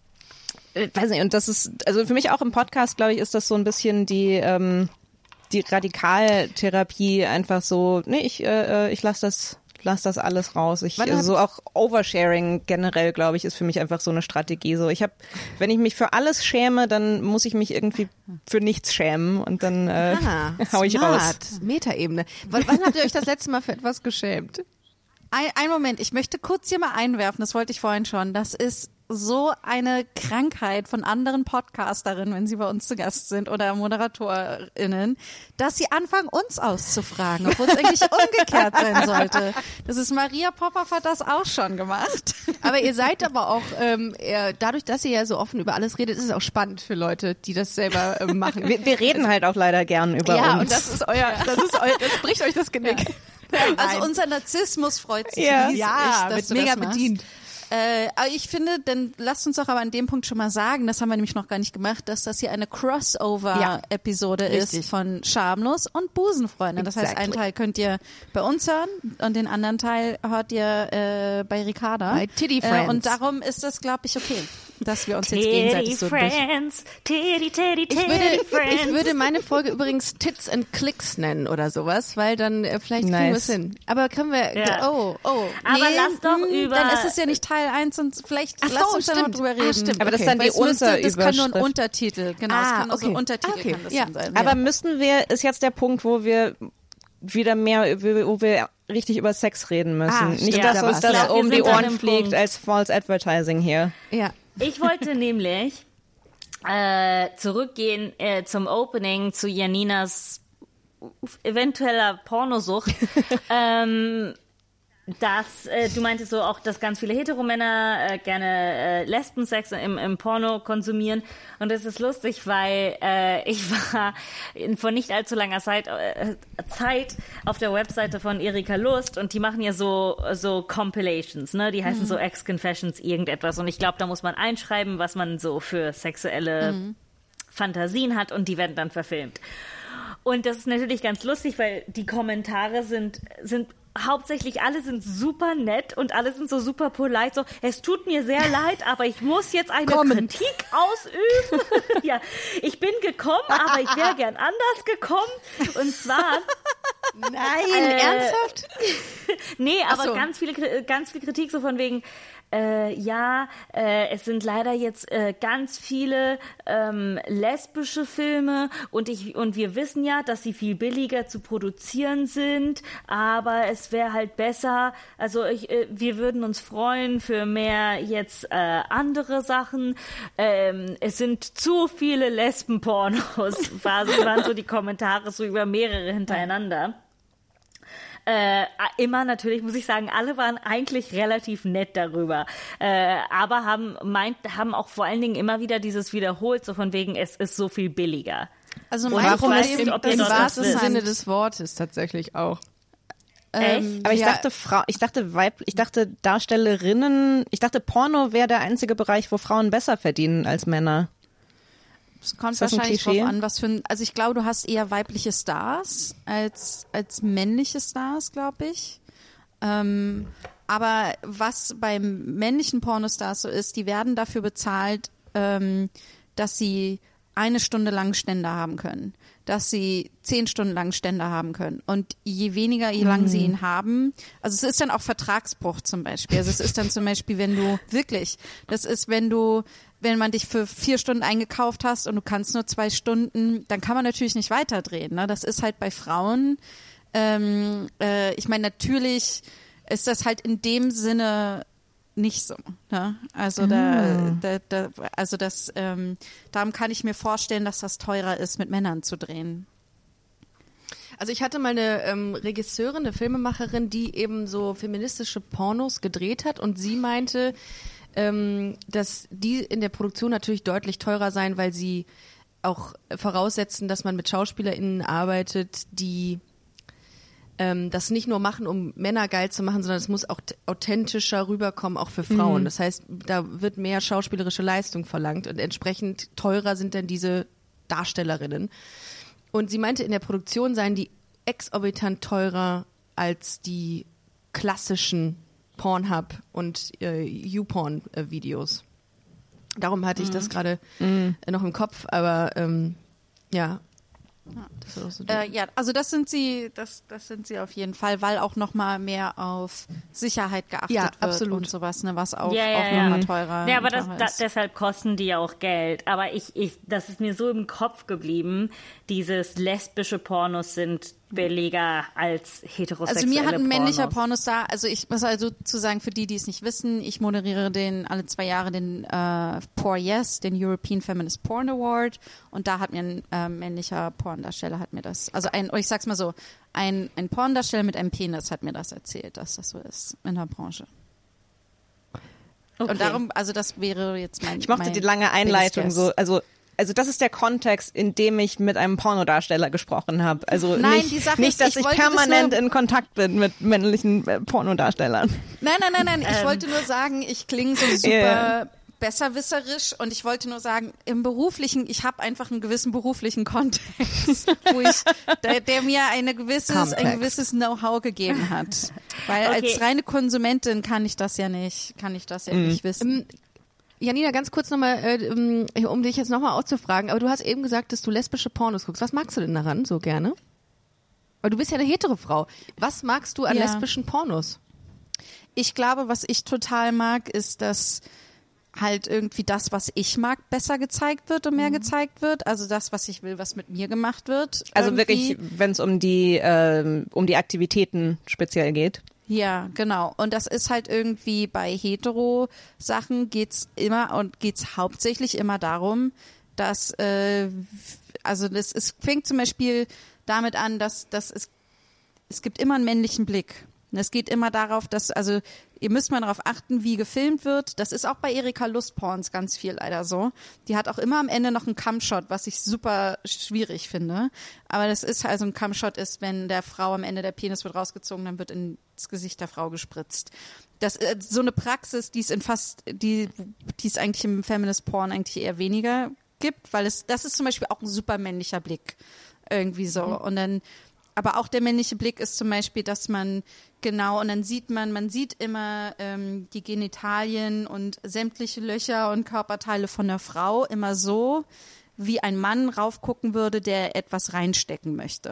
äh, weiß nicht, und das ist, also für mich auch im Podcast, glaube ich, ist das so ein bisschen die, ähm, die Radikaltherapie, einfach so, nee, ich, äh, ich lasse das Lass das alles raus. Ich, Wann also hab- so auch Oversharing generell, glaube ich, ist für mich einfach so eine Strategie. So, ich habe, wenn ich mich für alles schäme, dann muss ich mich irgendwie für nichts schämen und dann äh, Ah, hau ich raus. smart. Metaebene. W- Wann habt ihr euch das letzte Mal für etwas geschämt? Ein, ein Moment, ich möchte kurz hier mal einwerfen, das wollte ich vorhin schon. Das ist so eine Krankheit von anderen Podcasterinnen, wenn sie bei uns zu Gast sind oder ModeratorInnen, dass sie anfangen, uns auszufragen, obwohl es eigentlich umgekehrt sein sollte. Das ist Maria Popov hat das auch schon gemacht. Aber ihr seid aber auch, ähm, eher, dadurch, dass ihr ja so offen über alles redet, ist es auch spannend für Leute, die das selber ähm, machen. Wir, wir reden halt auch leider gern über ja, uns. und das ist euer, das ist euer, das bricht euch das Genick. Also unser Narzissmus freut sich Ja. riesig, Ja, dass wird du mega das machst. bedient. Äh, aber ich finde, dann lasst uns doch aber an dem Punkt schon mal sagen, das haben wir nämlich noch gar nicht gemacht, dass das hier eine Crossover-Episode ist richtig. von Schamlos und Busenfreunde. Das heißt, einen Exactly. Teil könnt ihr bei uns hören und den anderen Teil hört ihr äh, bei Ricarda. Bei Titty Äh, Friends. und darum ist das, glaube ich, okay. dass wir uns jetzt Titty gegenseitig so durch... Friends, Titty, Titty, Ich Titty würde, Friends. ich würde meine Folge übrigens Tits and Clicks nennen oder sowas, weil dann äh, vielleicht kriegen wir Nice. es hin. Aber können wir, Ja. oh, oh. Aber Nee, lass doch hm, über... Dann ist es ja nicht Teil eins und vielleicht Ach so, lass uns da noch stimmt. drüber Ah, reden. stimmt. Aber das Okay. ist dann Weil die es müsste, das kann nur ein Unterüberschrift. Untertitel, genau, es Ah, kann nur so okay. Untertitel Okay. kann das Ja. dann sein. Aber ja. müssen wir, ist jetzt der Punkt, wo wir wieder mehr, wo wir richtig über Sex reden müssen. Ah, Nicht, stimmt, dass da uns war's. das Ja, wir um die sind an Ohren dem fliegt Punkt. als False Advertising hier. Ja. Ich wollte nämlich äh, zurückgehen äh, zum Opening zu Janinas eventueller Pornosucht. ähm, dass äh, du meintest so auch, dass ganz viele Heteromänner äh, gerne äh, Lesbensex im, im Porno konsumieren. Und das ist lustig, weil äh, ich war in, vor nicht allzu langer Zeit, äh, Zeit auf der Webseite von Erika Lust und die machen ja so so Compilations, ne? Die heißen so Ex-Confessions irgendetwas. Und ich glaube, da muss man einschreiben, was man so für sexuelle Fantasien hat und die werden dann verfilmt. Und das ist natürlich ganz lustig, weil die Kommentare sind, sind hauptsächlich, alle sind super nett und alle sind so super polite, so, es tut mir sehr leid, aber ich muss jetzt eine Kommen. Kritik ausüben. Ja, ich bin gekommen, aber ich wäre gern anders gekommen. Und zwar, Nein, Äh, ernsthaft? nee, aber Ach so. ganz viele, Kri- ganz viel Kritik so von wegen, äh, ja, äh, es sind leider jetzt äh, ganz viele ähm, lesbische Filme und ich und wir wissen ja, dass sie viel billiger zu produzieren sind, aber es wäre halt besser, also ich, äh, wir würden uns freuen für mehr jetzt äh, andere Sachen. Ähm, es sind zu viele Lesbenpornos, war, waren so die Kommentare so über mehrere hintereinander. Äh, immer natürlich, muss ich sagen, alle waren eigentlich relativ nett darüber. Äh, aber haben, meint, haben auch vor allen Dingen immer wieder dieses wiederholt, so von wegen, es ist so viel billiger. Also Und mein ich weiß Problem nicht, ob ihr Im dort wahrsten was wisst. Sinne des Wortes tatsächlich auch. ähm, Aber ich ja, dachte Frau, ich dachte Weib, ich dachte Darstellerinnen, ich dachte Porno wäre der einzige Bereich, wo Frauen besser verdienen als Männer. es kommt ist das ein wahrscheinlich Klischee? drauf an, was für ein, also ich glaube, du hast eher weibliche Stars als, als männliche Stars, glaube ich. Ähm, aber was beim männlichen Pornostars so ist, die werden dafür bezahlt, ähm, dass sie eine Stunde lang Ständer haben können, dass sie zehn Stunden lang Ständer haben können. Und je weniger, je lang sie ihn haben, also es ist dann auch Vertragsbruch zum Beispiel. Also es ist dann zum Beispiel, wenn du, wirklich, das ist, wenn du, wenn man dich für vier Stunden eingekauft hast und du kannst nur zwei Stunden, dann kann man natürlich nicht weiterdrehen. Ne? Das ist halt bei Frauen, ähm, äh, ich meine, natürlich ist das halt in dem Sinne nicht so. Ne? Also da, da, da, also das, ähm, darum kann ich mir vorstellen, dass das teurer ist, mit Männern zu drehen. Also ich hatte mal eine ähm, Regisseurin, eine Filmemacherin, die eben so feministische Pornos gedreht hat und sie meinte, ähm, dass die in der Produktion natürlich deutlich teurer seien, weil sie auch voraussetzen, dass man mit SchauspielerInnen arbeitet, die ähm, das nicht nur machen, um Männer geil zu machen, sondern es muss auch t- authentischer rüberkommen, auch für Frauen. Das heißt, da wird mehr schauspielerische Leistung verlangt und entsprechend teurer sind dann diese Darstellerinnen. Und sie meinte, in der Produktion seien die exorbitant teurer als die klassischen Pornhub- und äh, YouPorn-Videos. Darum hatte ich das gerade äh, noch im Kopf, aber ähm, ja. Das ist auch so Äh, ja, also das sind sie, das, das sind sie auf jeden Fall, weil auch noch mal mehr auf Sicherheit geachtet Ja, wird absolut. und sowas, ne, was auch, Ja, ja, auch ja. noch mal teurer, Ja, aber das, teurer da, ist. deshalb kosten die ja auch Geld. Aber ich, ich, das ist mir so im Kopf geblieben, dieses lesbische Pornos sind billiger als heterosexuelle Also mir hat ein männlicher Pornos. Pornostar, also ich muss also zu sagen, für die, die es nicht wissen, ich moderiere den alle zwei Jahre den äh, Por Yes, den European Feminist Porn Award, und da hat mir ein äh, männlicher Porndarsteller hat mir das, also ein, ich sag's mal so, ein, ein Porndarsteller mit einem Penis hat mir das erzählt, dass das so ist in der Branche. Okay. Und darum, also das wäre jetzt mein Ich mochte mein die lange Einleitung biggest so, guess. also also das ist der Kontext, in dem ich mit einem Pornodarsteller gesprochen habe. Also Nein, nicht, die Sache nicht ist, dass ich ich, wollte das permanent nur- in Kontakt bin mit männlichen äh, Pornodarstellern. Nein, nein, nein, nein. Ich Ähm. wollte nur sagen, ich klinge so super Yeah. besserwisserisch und ich wollte nur sagen, im beruflichen, ich habe einfach einen gewissen beruflichen Kontext, wo ich, der, der mir eine gewisses, ein Komplex. gewisses Know-how gegeben hat. Weil Okay. als reine Konsumentin kann ich das ja nicht, kann ich das ja nicht wissen. Ähm, Janina, ganz kurz nochmal, äh, um dich jetzt nochmal auszufragen, aber du hast eben gesagt, dass du lesbische Pornos guckst. Was magst du denn daran so gerne? Weil du bist ja eine hetero Frau. Was magst du an Ja. lesbischen Pornos? Ich glaube, was ich total mag, ist, dass halt irgendwie das, was ich mag, besser gezeigt wird und mehr gezeigt wird. Also das, was ich will, was mit mir gemacht wird. Also irgendwie. wirklich, wenn es um die ähm, um die Aktivitäten speziell geht. Ja, genau. Und das ist halt irgendwie bei Hetero-Sachen geht's immer und geht's hauptsächlich immer darum, dass, äh, also das ist, fängt zum Beispiel damit an, dass, dass es, es gibt immer einen männlichen Blick. Und es geht immer darauf, dass, also ihr müsst mal darauf achten, wie gefilmt wird. Das ist auch bei Erika Lustporns ganz viel leider so. Die hat auch immer am Ende noch einen Cumshot, was ich super schwierig finde. Aber das ist also ein Cumshot ist, wenn der Frau am Ende der Penis wird rausgezogen, dann wird ins Gesicht der Frau gespritzt. Das ist so eine Praxis, die es in fast, die, die es eigentlich im Feminist Porn eigentlich eher weniger gibt, weil es, das ist zum Beispiel auch ein super männlicher Blick. Irgendwie so. Und dann, aber auch der männliche Blick ist zum Beispiel, dass man genau, und dann sieht man, man sieht immer ähm, die Genitalien und sämtliche Löcher und Körperteile von der Frau immer so, wie ein Mann raufgucken würde, der etwas reinstecken möchte.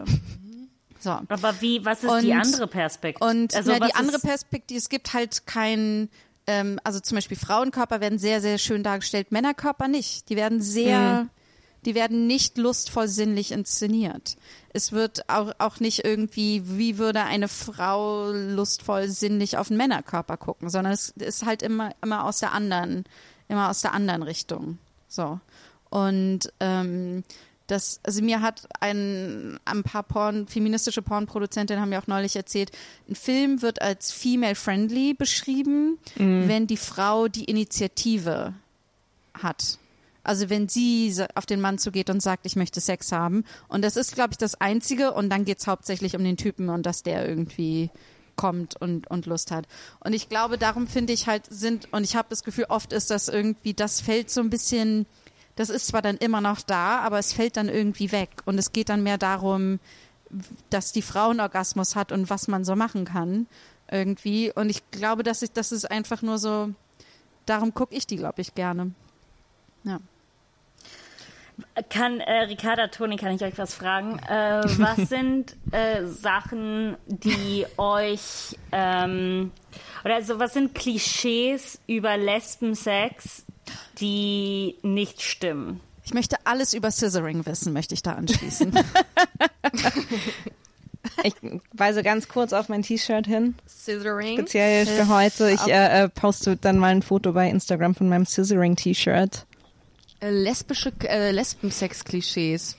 So. Aber wie, was ist Und- die andere Perspektive? Und also, na, was die andere ist, Perspektive, es gibt halt kein, ähm, also zum Beispiel Frauenkörper werden sehr, sehr schön dargestellt, Männerkörper nicht. Die werden sehr, Mhm. die werden nicht lustvoll sinnlich inszeniert. Es wird auch, auch nicht irgendwie, wie würde eine Frau lustvoll sinnlich auf einen Männerkörper gucken, sondern es ist halt immer, immer aus der anderen, immer aus der anderen Richtung. So. Und, ähm, das, also mir hat ein, ein paar Porn, feministische Pornproduzentinnen haben mir auch neulich erzählt, ein Film wird als female-friendly beschrieben, wenn die Frau die Initiative hat. Also wenn sie auf den Mann zugeht und sagt, ich möchte Sex haben. Und das ist, glaube ich, das Einzige. Und dann geht's hauptsächlich um den Typen und dass der irgendwie kommt und, und Lust hat. Und ich glaube, darum finde ich halt sind, und ich habe das Gefühl, oft ist das irgendwie, das fällt so ein bisschen, das ist zwar dann immer noch da, aber es fällt dann irgendwie weg. Und es geht dann mehr darum, dass die Frau einen Orgasmus hat und was man so machen kann irgendwie. Und ich glaube, dass ich, das ist einfach nur so, darum gucke ich die, glaube ich, gerne. Ja. Kann, äh, Ricarda, Toni, kann ich euch was fragen? Äh, was sind äh, Sachen, die euch, ähm, oder also was sind Klischees über Lesbensex, die nicht stimmen? Ich möchte alles über Scissoring wissen, möchte ich da anschließen. Ich weise ganz kurz auf mein T-Shirt hin, Scissoring. speziell für heute. Ich äh, äh, poste dann mal ein Foto bei Instagram von meinem Scissoring-T-Shirt. Äh, lesbische äh, Lesbensex-Klischees.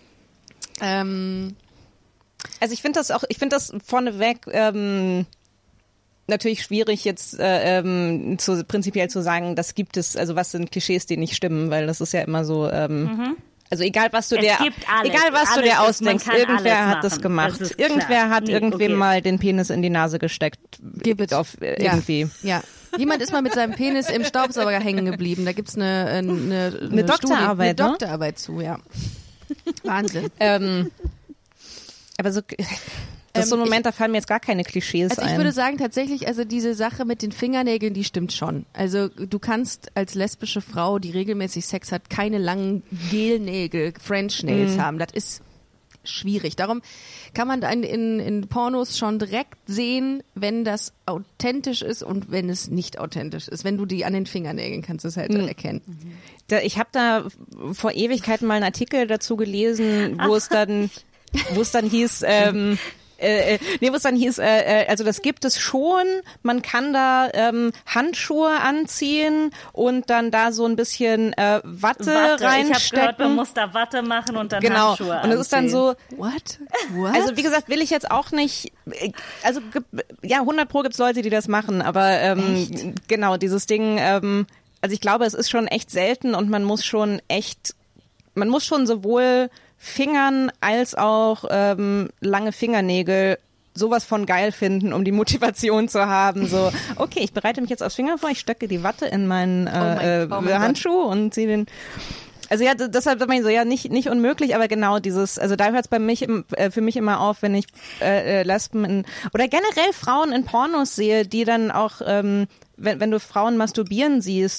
Ähm, Also ich finde das auch, ich finde das vorneweg ähm, natürlich schwierig jetzt äh, ähm, zu, prinzipiell zu sagen, das gibt es, also was sind Klischees, die nicht stimmen, weil das ist ja immer so, ähm, also egal was du Es dir, gibt alles. egal was du Alles dir ist- man ausdenkst, kann irgendwer alles hat das machen. gemacht, Das ist irgendwer klar. hat Nee, irgendwem okay. mal den Penis in die Nase gesteckt, Gib it. auf äh, Ja. irgendwie. Ja. Jemand ist mal mit seinem Penis im Staubsauger hängen geblieben. Da gibt's eine, eine, eine, Eine Doktorarbeit, Studie, eine ne? Doktorarbeit zu, ja. Wahnsinn. Ähm, aber so, das ist so ein Ähm, Moment, da fallen mir jetzt gar keine Klischees Also ich ein. würde sagen, tatsächlich, also diese Sache mit den Fingernägeln, die stimmt schon. Also du kannst als lesbische Frau, die regelmäßig Sex hat, keine langen Gelnägel, French Nails Mhm. haben. Das ist schwierig. Darum kann man dann in, in Pornos schon direkt sehen, wenn das authentisch ist und wenn es nicht authentisch ist. Wenn du die an den Fingernägeln kannst du es halt Mhm. erkennen. Da, ich habe da vor Ewigkeiten mal einen Artikel dazu gelesen, wo es dann, wo es dann hieß, ähm, äh, äh, nee, wo es dann hieß, äh, äh, also das gibt es schon, man kann da ähm, Handschuhe anziehen und dann da so ein bisschen äh, Watte, Watte. Ich habe reinstecken. gehört, man muss da Watte machen und dann Genau. Handschuhe Und es ist dann anziehen. so, What? What? also wie gesagt, will ich jetzt auch nicht, äh, also ge- ja, hundert pro gibt's Leute, die das machen, aber ähm, genau, dieses Ding, ähm, also ich glaube, es ist schon echt selten und man muss schon echt, man muss schon sowohl Fingern als auch ähm, lange Fingernägel sowas von geil finden, um die Motivation zu haben, so, okay, ich bereite mich jetzt aufs Finger vor, ich stöcke die Watte in meinen äh, mein- äh, oh mein Gott. Handschuh und ziehe den. Also ja, d- deshalb sagt man so, ja, nicht nicht unmöglich, aber genau dieses, also da hört es bei mich im, äh, für mich immer auf, wenn ich äh, äh, Lesben in, oder generell Frauen in Pornos sehe, die dann auch, ähm, wenn, wenn du Frauen masturbieren siehst,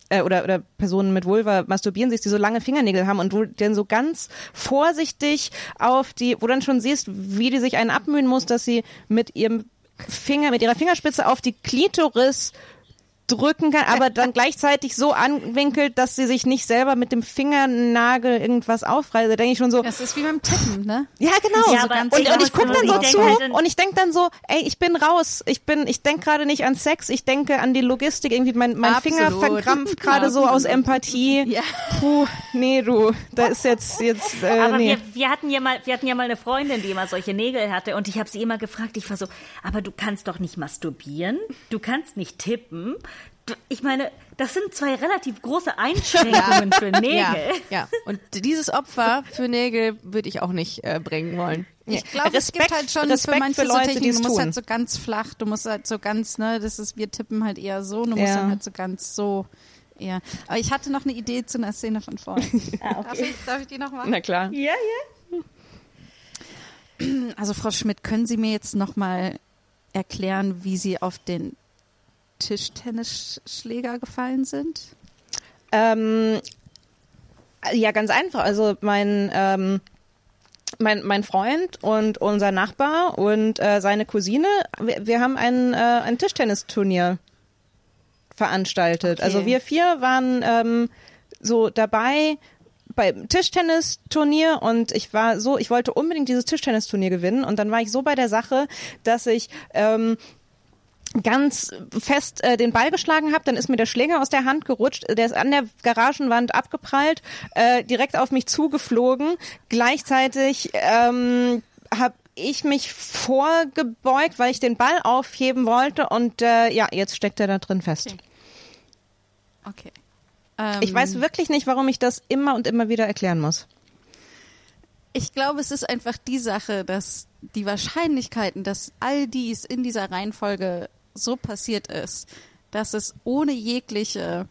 äh, oder oder Personen mit Vulva masturbieren siehst, die so lange Fingernägel haben und wo dann so ganz vorsichtig auf die, wo dann schon siehst, wie die sich einen abmühen muss, dass sie mit ihrem Finger, mit ihrer Fingerspitze auf die Klitoris drücken kann, aber dann gleichzeitig so anwinkelt, dass sie sich nicht selber mit dem Fingernagel irgendwas aufreißt. Da denke ich schon so. Das ist wie beim Tippen, ne? Ja, genau. Ja, so aber ganz und, ich und ich gucke dann so denke zu halt dann- und ich denke dann so, ey, ich bin raus. Ich bin, ich denke gerade nicht an Sex, ich denke an die Logistik. Irgendwie mein, mein Finger Absolut. verkrampft gerade so aus Empathie. Ja. Puh, nee, du, da ist jetzt, jetzt, äh, Aber nee. wir, wir hatten ja mal, wir hatten ja mal eine Freundin, die immer solche Nägel hatte und ich habe sie immer gefragt, ich war so, aber du kannst doch nicht masturbieren, du kannst nicht tippen. Du, ich meine, das sind zwei relativ große Einschränkungen für Nägel. Ja, ja. Und dieses Opfer für Nägel würde ich auch nicht äh, bringen wollen. Ich glaube, es Respekt- gibt halt schon Respekt für manche für Leute, so Techniken, die es du musst tun. halt so ganz flach, du musst halt so ganz, ne, das ist, wir tippen halt eher so, du musst Ja. dann halt so ganz so, eher. Aber ich hatte noch eine Idee zu einer Szene von vorhin. Ah, darf, okay. ich, darf ich die noch machen? Na klar. Ja, ja. Also Frau Schmidt, können Sie mir jetzt noch mal erklären, wie Sie auf den Tischtennisschläger gefallen sind? Ähm, ja, ganz einfach. Also mein, ähm, mein, mein Freund und unser Nachbar und äh, seine Cousine, wir, wir haben ein, äh, ein Tischtennisturnier veranstaltet. Okay. Also wir vier waren ähm, so dabei beim Tischtennisturnier und ich war so, ich wollte unbedingt dieses Tischtennisturnier gewinnen und dann war ich so bei der Sache, dass ich ähm, ganz fest äh, den Ball geschlagen habe, dann ist mir der Schläger aus der Hand gerutscht, der ist an der Garagenwand abgeprallt, äh, direkt auf mich zugeflogen. Gleichzeitig ähm, habe ich mich vorgebeugt, weil ich den Ball aufheben wollte und äh, ja, jetzt steckt er da drin fest. Okay. Ähm, Ich weiß wirklich nicht, warum ich das immer und immer wieder erklären muss. Ich glaube, es ist einfach die Sache, dass die Wahrscheinlichkeiten, dass all dies in dieser Reihenfolge so passiert ist, dass es ohne jegliche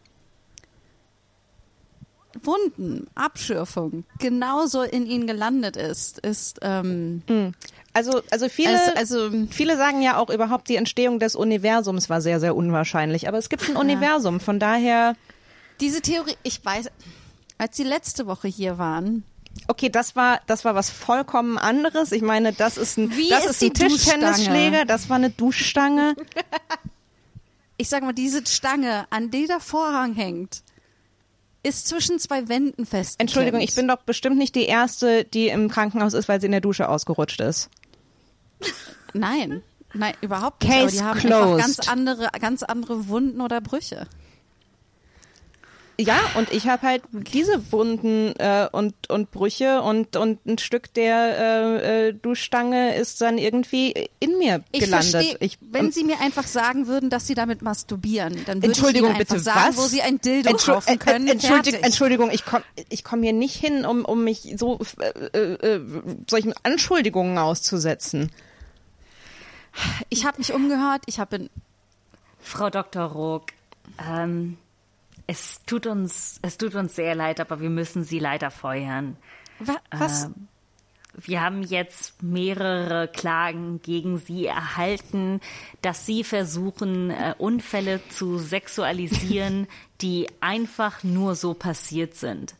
Wunden, Abschürfung genauso in ihnen gelandet ist, ist ähm, Also, also viele, es, also viele sagen ja auch überhaupt, die Entstehung des Universums war sehr, sehr unwahrscheinlich. Aber es gibt ein Universum, von daher, diese Theorie, ich weiß, als Sie letzte Woche hier waren, okay, das war, das war was vollkommen anderes. Ich meine, das ist ein, Wie das ist ist ein die Tischtennisschläger, das war eine Duschstange. ich sag mal, diese Stange, an der der Vorhang hängt, ist zwischen zwei Wänden festgeklemmt. Entschuldigung, ich bin doch bestimmt nicht die Erste, die im Krankenhaus ist, weil sie in der Dusche ausgerutscht ist. Nein, nein, überhaupt nicht. Case Aber die haben closed. einfach ganz andere, ganz andere Wunden oder Brüche. Ja, und ich habe halt diese Wunden äh, und und Brüche und und ein Stück der äh, äh, Duschstange ist dann irgendwie in mir Ich gelandet. verstehe, Ich, wenn Sie mir einfach sagen würden, dass Sie damit masturbieren, dann würde Entschuldigung, ich Ihnen einfach bitte, sagen, was? wo Sie ein Dildo Entschu- kaufen können. äh, äh, Entschuldig, Fertig. Entschuldigung, ich komme ich komm hier nicht hin, um um mich so äh, äh, solchen Anschuldigungen auszusetzen. Ich habe mich umgehört, ich habe Frau Doktor Rook, ähm, es tut uns, es tut uns sehr leid, aber wir müssen Sie leider feuern. wa, was? Ähm, wir haben jetzt mehrere Klagen gegen Sie erhalten, dass Sie versuchen, äh, Unfälle zu sexualisieren, die einfach nur so passiert sind.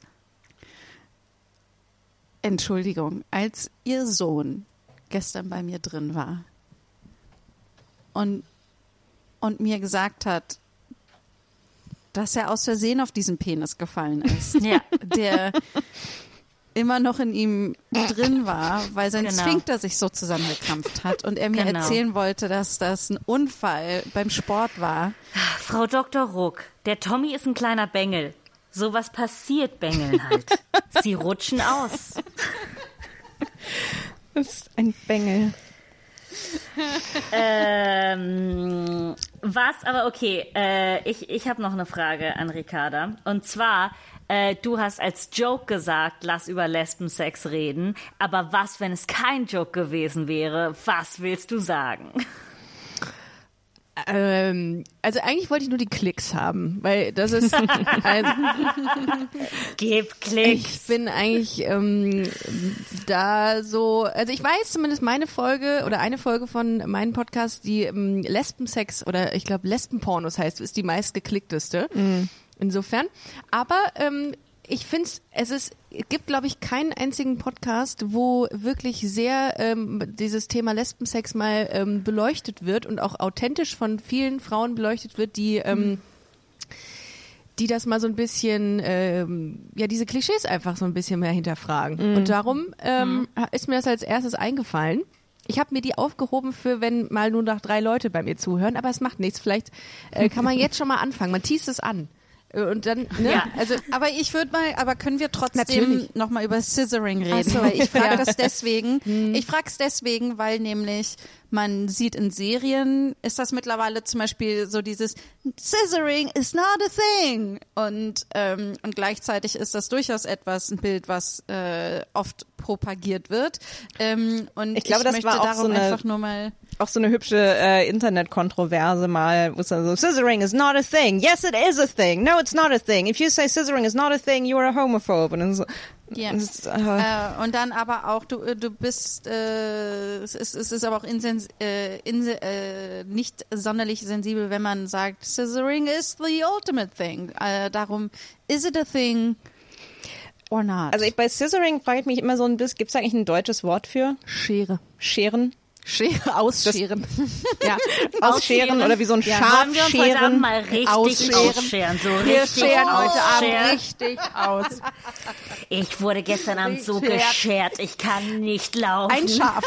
Entschuldigung, als Ihr Sohn gestern bei mir drin war und und mir gesagt hat, dass er aus Versehen auf diesen Penis gefallen ist, Ja. der immer noch in ihm drin war, weil sein Genau. Sphinkter sich so zusammengekrampft hat und er mir Genau. erzählen wollte, dass das ein Unfall beim Sport war. Frau Doktor Rook, der Tommy ist ein kleiner Bengel. Sowas passiert Bengeln halt. Sie rutschen aus. Das ist ein Bengel. Ähm, was, aber okay, äh, ich, ich habe noch eine Frage an Ricarda. Und zwar, äh, du hast als Joke gesagt, lass über Lesbensex reden. Aber was, wenn es kein Joke gewesen wäre? Was willst du sagen? Ähm, also eigentlich wollte ich nur die Klicks haben, weil das ist, also, Gib Klick. ich bin eigentlich ähm, da so, also ich weiß zumindest meine Folge oder eine Folge von meinem Podcast, die ähm, Lesbensex oder ich glaube Lesbenpornos heißt, ist die meistgeklickteste. Mhm. insofern. Aber ähm, ich finde es ist, es gibt, glaube ich, keinen einzigen Podcast, wo wirklich sehr ähm, dieses Thema Lesbensex mal ähm, beleuchtet wird und auch authentisch von vielen Frauen beleuchtet wird, die ähm, die das mal so ein bisschen, ähm, ja, diese Klischees einfach so ein bisschen mehr hinterfragen. Mhm. Und darum ähm, mhm. ist mir das als erstes eingefallen. Ich habe mir die aufgehoben für, wenn mal nur noch drei Leute bei mir zuhören, aber es macht nichts. Vielleicht äh, kann man jetzt schon mal anfangen. Man teast es an. Und dann, ne? Ja, also, aber ich würde mal, aber können wir trotzdem nochmal über Scissoring reden? Ach so. Weil ich frage Ja. das deswegen, Hm. ich frage es deswegen, weil nämlich man sieht in Serien, ist das mittlerweile zum Beispiel so dieses Scissoring is not a thing. Und, ähm, und gleichzeitig ist das durchaus etwas, ein Bild, was äh, oft propagiert wird. Ähm, und Ich glaube, ich das möchte war auch darum so eine- einfach nur mal Auch so eine hübsche äh, Internetkontroverse mal, wo es dann so, Scissoring is not a thing. Yes, it is a thing. No, it's not a thing. If you say Scissoring is not a thing, you are a homophobe. Und dann so, Ja. das ist, äh, Äh, und dann aber auch, du, du bist, äh, es, ist, es ist aber auch insens äh, inse äh, nicht sonderlich sensibel, wenn man sagt, Scissoring is the ultimate thing. Äh, darum, is it a thing or not? also ich, bei Scissoring frage ich mich immer so ein bisschen, gibt es eigentlich ein deutsches Wort für? Schere. Scheren? Schere, ausscheren. ja. Ausscheren oder wie so ein Ja, Schaf Wollen wir uns heute Abend scheren? mal richtig Ausscheren. ausscheren? So Wir richtig scheren heute Abend ausscheren. richtig aus. Ich wurde gestern Abend so Geschert. geschert, ich kann nicht laufen. Ein Schaf.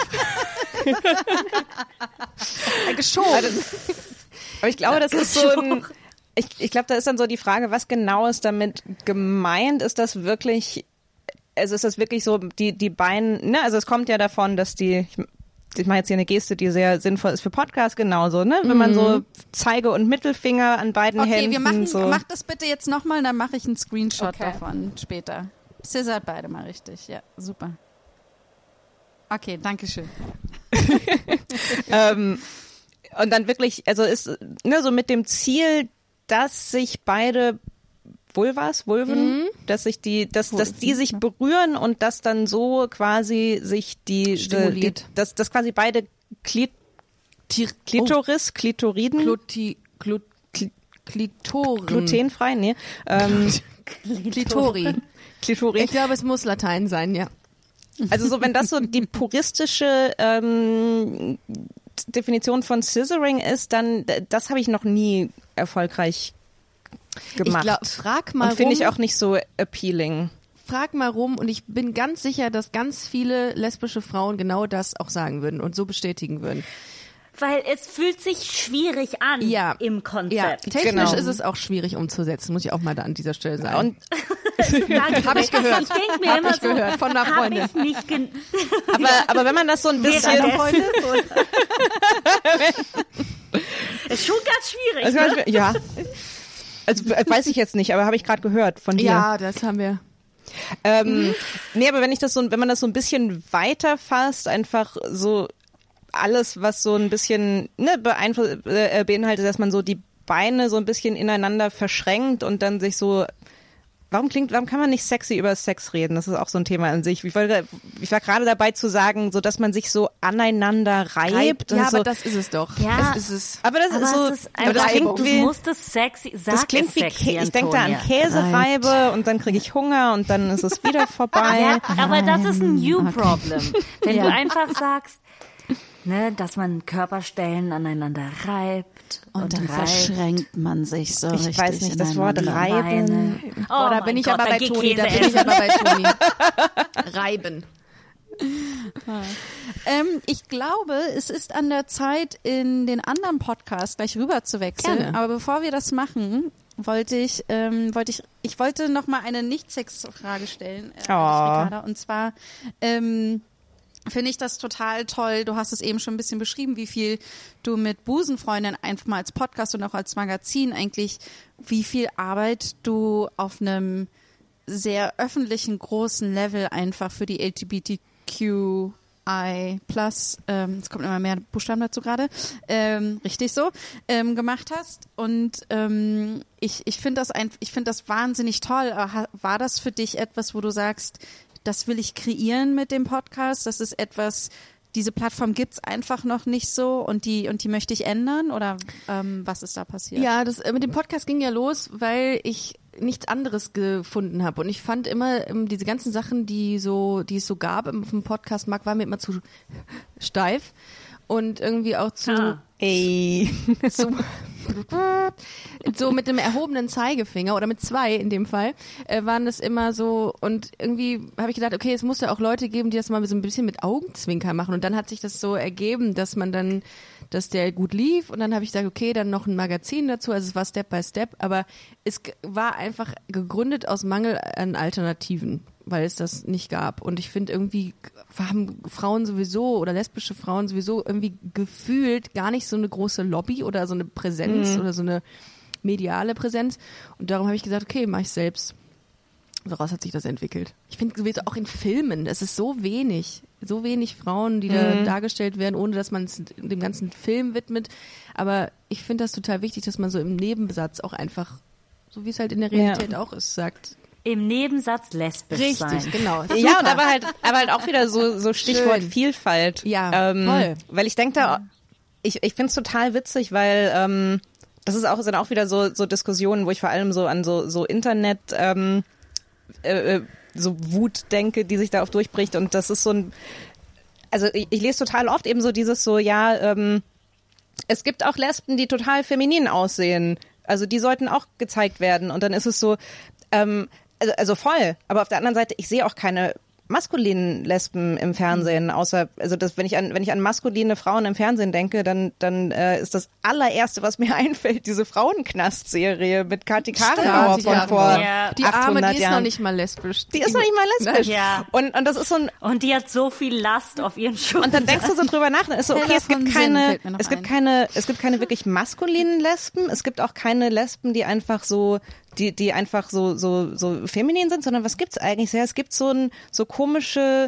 Ein geschoren. Aber ich glaube, das ist so ein, ich, ich glaube, da ist dann so die Frage, was genau ist damit gemeint? Ist das wirklich, also ist das wirklich so, die, die Beine, ne, also es kommt ja davon, dass die, ich, ich mache jetzt hier eine Geste, die sehr sinnvoll ist für Podcasts, genauso, ne, wenn man so Zeige- und Mittelfinger an beiden okay, Händen wir machen, so. mach das bitte jetzt nochmal, dann mache ich einen Screenshot Okay. davon später. Scissort beide mal richtig, ja, super. Okay, danke schön. ähm, und dann wirklich, also ist, ne, so mit dem Ziel, dass sich beide Vulvas, Vulven, dass sich die, dass, dass die sich berühren und dass dann so quasi sich die, Stimuliert. die dass, dass quasi beide Klit, Tier- Klitoris, Klitoriden, Kloti, Klut, Klitoren. glutenfrei, nee, ähm, Klitori. Klitori. Ich glaube, es muss Latein sein, ja. Also so, wenn das so die puristische ähm, Definition von Scissoring ist, dann d- das habe ich noch nie erfolgreich gemacht. Ich glaub, frag mal und finde rum. ich auch nicht so appealing. Frag mal rum und ich bin ganz sicher, dass ganz viele lesbische Frauen genau das auch sagen würden und so bestätigen würden. Weil es fühlt sich schwierig an Ja. im Ja, Konzept. technisch Genau. ist es auch schwierig umzusetzen, muss ich auch mal da an dieser Stelle sagen. Und Danke, Hab ich gehört. Ich denke mir Hab immer ich so, gehört von einer hab Freundin. ich nicht gen aber, aber wenn man das so ein bisschen Währenddessen, oder? Ist schon ganz schwierig. also, Ne? ja, also weiß ich jetzt nicht, aber habe ich gerade gehört von dir. ja, das haben wir. Ähm, nee, aber wenn ich das so, wenn man das so ein bisschen weiter fasst, einfach so alles, was so ein bisschen ne, beeinflusst, äh, beinhaltet, dass man so die Beine so ein bisschen ineinander verschränkt und dann sich so. Warum klingt, warum kann man nicht sexy über Sex reden? Das ist auch so ein Thema an sich. Ich, wollte, ich war gerade dabei zu sagen, so dass man sich so aneinander reibt. Ja, und so. aber das ist es doch. Ja. Es ist es. aber das Aber ist so, es ist aber das einfach, klingt du wie, musst es sexy, sag das klingt es wie, sexy, Kä- ich denke da an Antonia. Käsereibe und dann kriege ich Hunger und dann ist es wieder vorbei. Ja, aber das ist ein You-Problem. Wenn Ja. du einfach sagst, ne, dass man Körperstellen aneinander reibt und, Und dann reibt. verschränkt man sich so Ich richtig. weiß nicht, das Wort ineinander. reiben. Beine. Oh, da mein bin ich Gott, aber dann bei geh Toni. Da Käse bin ich essen. aber bei Toni. Reiben. Ähm, ich glaube, es ist an der Zeit, in den anderen Podcast gleich rüber zu wechseln. Gerne. Aber bevor wir das machen, wollte ich, ähm, wollte ich, ich wollte noch mal eine Nicht-Sex-Frage stellen, äh, Oh. Ricarda. Und zwar ähm, finde ich das total toll. Du hast es eben schon ein bisschen beschrieben, wie viel du mit Busenfreundin einfach mal als Podcast und auch als Magazin eigentlich, wie viel Arbeit du auf einem sehr öffentlichen, großen Level einfach für die L G B T Q I plus, ähm, es kommt immer mehr Buchstaben dazu gerade, ähm, richtig so, ähm, gemacht hast. Und ähm, ich, ich finde das ein, ich finde das wahnsinnig toll. Ha- War das für dich etwas, wo du sagst, das will ich kreieren mit dem Podcast? Das ist etwas, diese Plattform gibt's einfach noch nicht so und die und die möchte ich ändern? Oder ähm, was ist da passiert? Ja, das äh, mit dem Podcast ging ja los, weil ich nichts anderes gefunden habe. Und ich fand immer, ähm, diese ganzen Sachen, die so, die es so gab im, im Podcast, Marc, war mir immer zu steif und irgendwie auch zu, Ah. Ey. zu so mit dem erhobenen Zeigefinger oder mit zwei in dem Fall, äh, waren das immer so, und irgendwie habe ich gedacht, okay, es muss ja auch Leute geben, die das mal so ein bisschen mit Augenzwinkern machen, und dann hat sich das so ergeben, dass man dann, dass der gut lief, und dann habe ich gesagt, okay, dann noch ein Magazin dazu, also es war Step by Step, aber es g- war einfach gegründet aus Mangel an Alternativen, weil es das nicht gab. Und ich finde irgendwie haben Frauen sowieso oder lesbische Frauen sowieso irgendwie gefühlt gar nicht so eine große Lobby oder so eine Präsenz oder so eine mediale Präsenz. Und darum habe ich gesagt, okay, mache ich selbst. Daraus hat sich das entwickelt. Ich finde sowieso auch in Filmen, es ist so wenig, so wenig Frauen, die da dargestellt werden, ohne dass man es dem ganzen Film widmet. Aber ich finde das total wichtig, dass man so im Nebensatz auch einfach, so wie es halt in der Realität Ja. auch ist, sagt, Im Nebensatz lesbisch richtig, sein. genau. Ja, und aber halt, aber halt auch wieder so, so Stichwort Schön. Vielfalt. Ja, ähm, voll. Weil ich denke da, ich, ich finde es total witzig, weil ähm, das ist auch, sind auch wieder so, so Diskussionen, wo ich vor allem so an so, so Internet, ähm, äh, so Wut denke, die sich da oft durchbricht. Und das ist so ein, also ich, ich lese total oft eben so dieses so, ja, ähm, es gibt auch Lesben, die total feminin aussehen. Also die sollten auch gezeigt werden. Und dann ist es so, ähm, also, also voll. Aber auf der anderen Seite, ich sehe auch keine maskulinen Lesben im Fernsehen, außer, also das, wenn ich an, wenn ich an maskuline Frauen im Fernsehen denke, dann, dann äh, ist das allererste, was mir einfällt, diese Frauenknast-Serie mit Kati Karrenbauer Stimmt, von ja. vor Ja. Die Arme, achthundert die ist Jahren. noch nicht mal lesbisch. Die ist noch nicht mal lesbisch. Ja. Und, und das ist so ein, Und die hat so viel Last auf ihren Schultern. und dann denkst du so drüber nach, dann ist so, okay, Teller es gibt von Sinn keine, fällt mir noch es gibt ein. keine, es gibt keine wirklich maskulinen Lesben, es gibt auch keine Lesben, die einfach so, die, die einfach so, so, so feminin sind, sondern was gibt's eigentlich? Ja, es gibt so ein, so komische,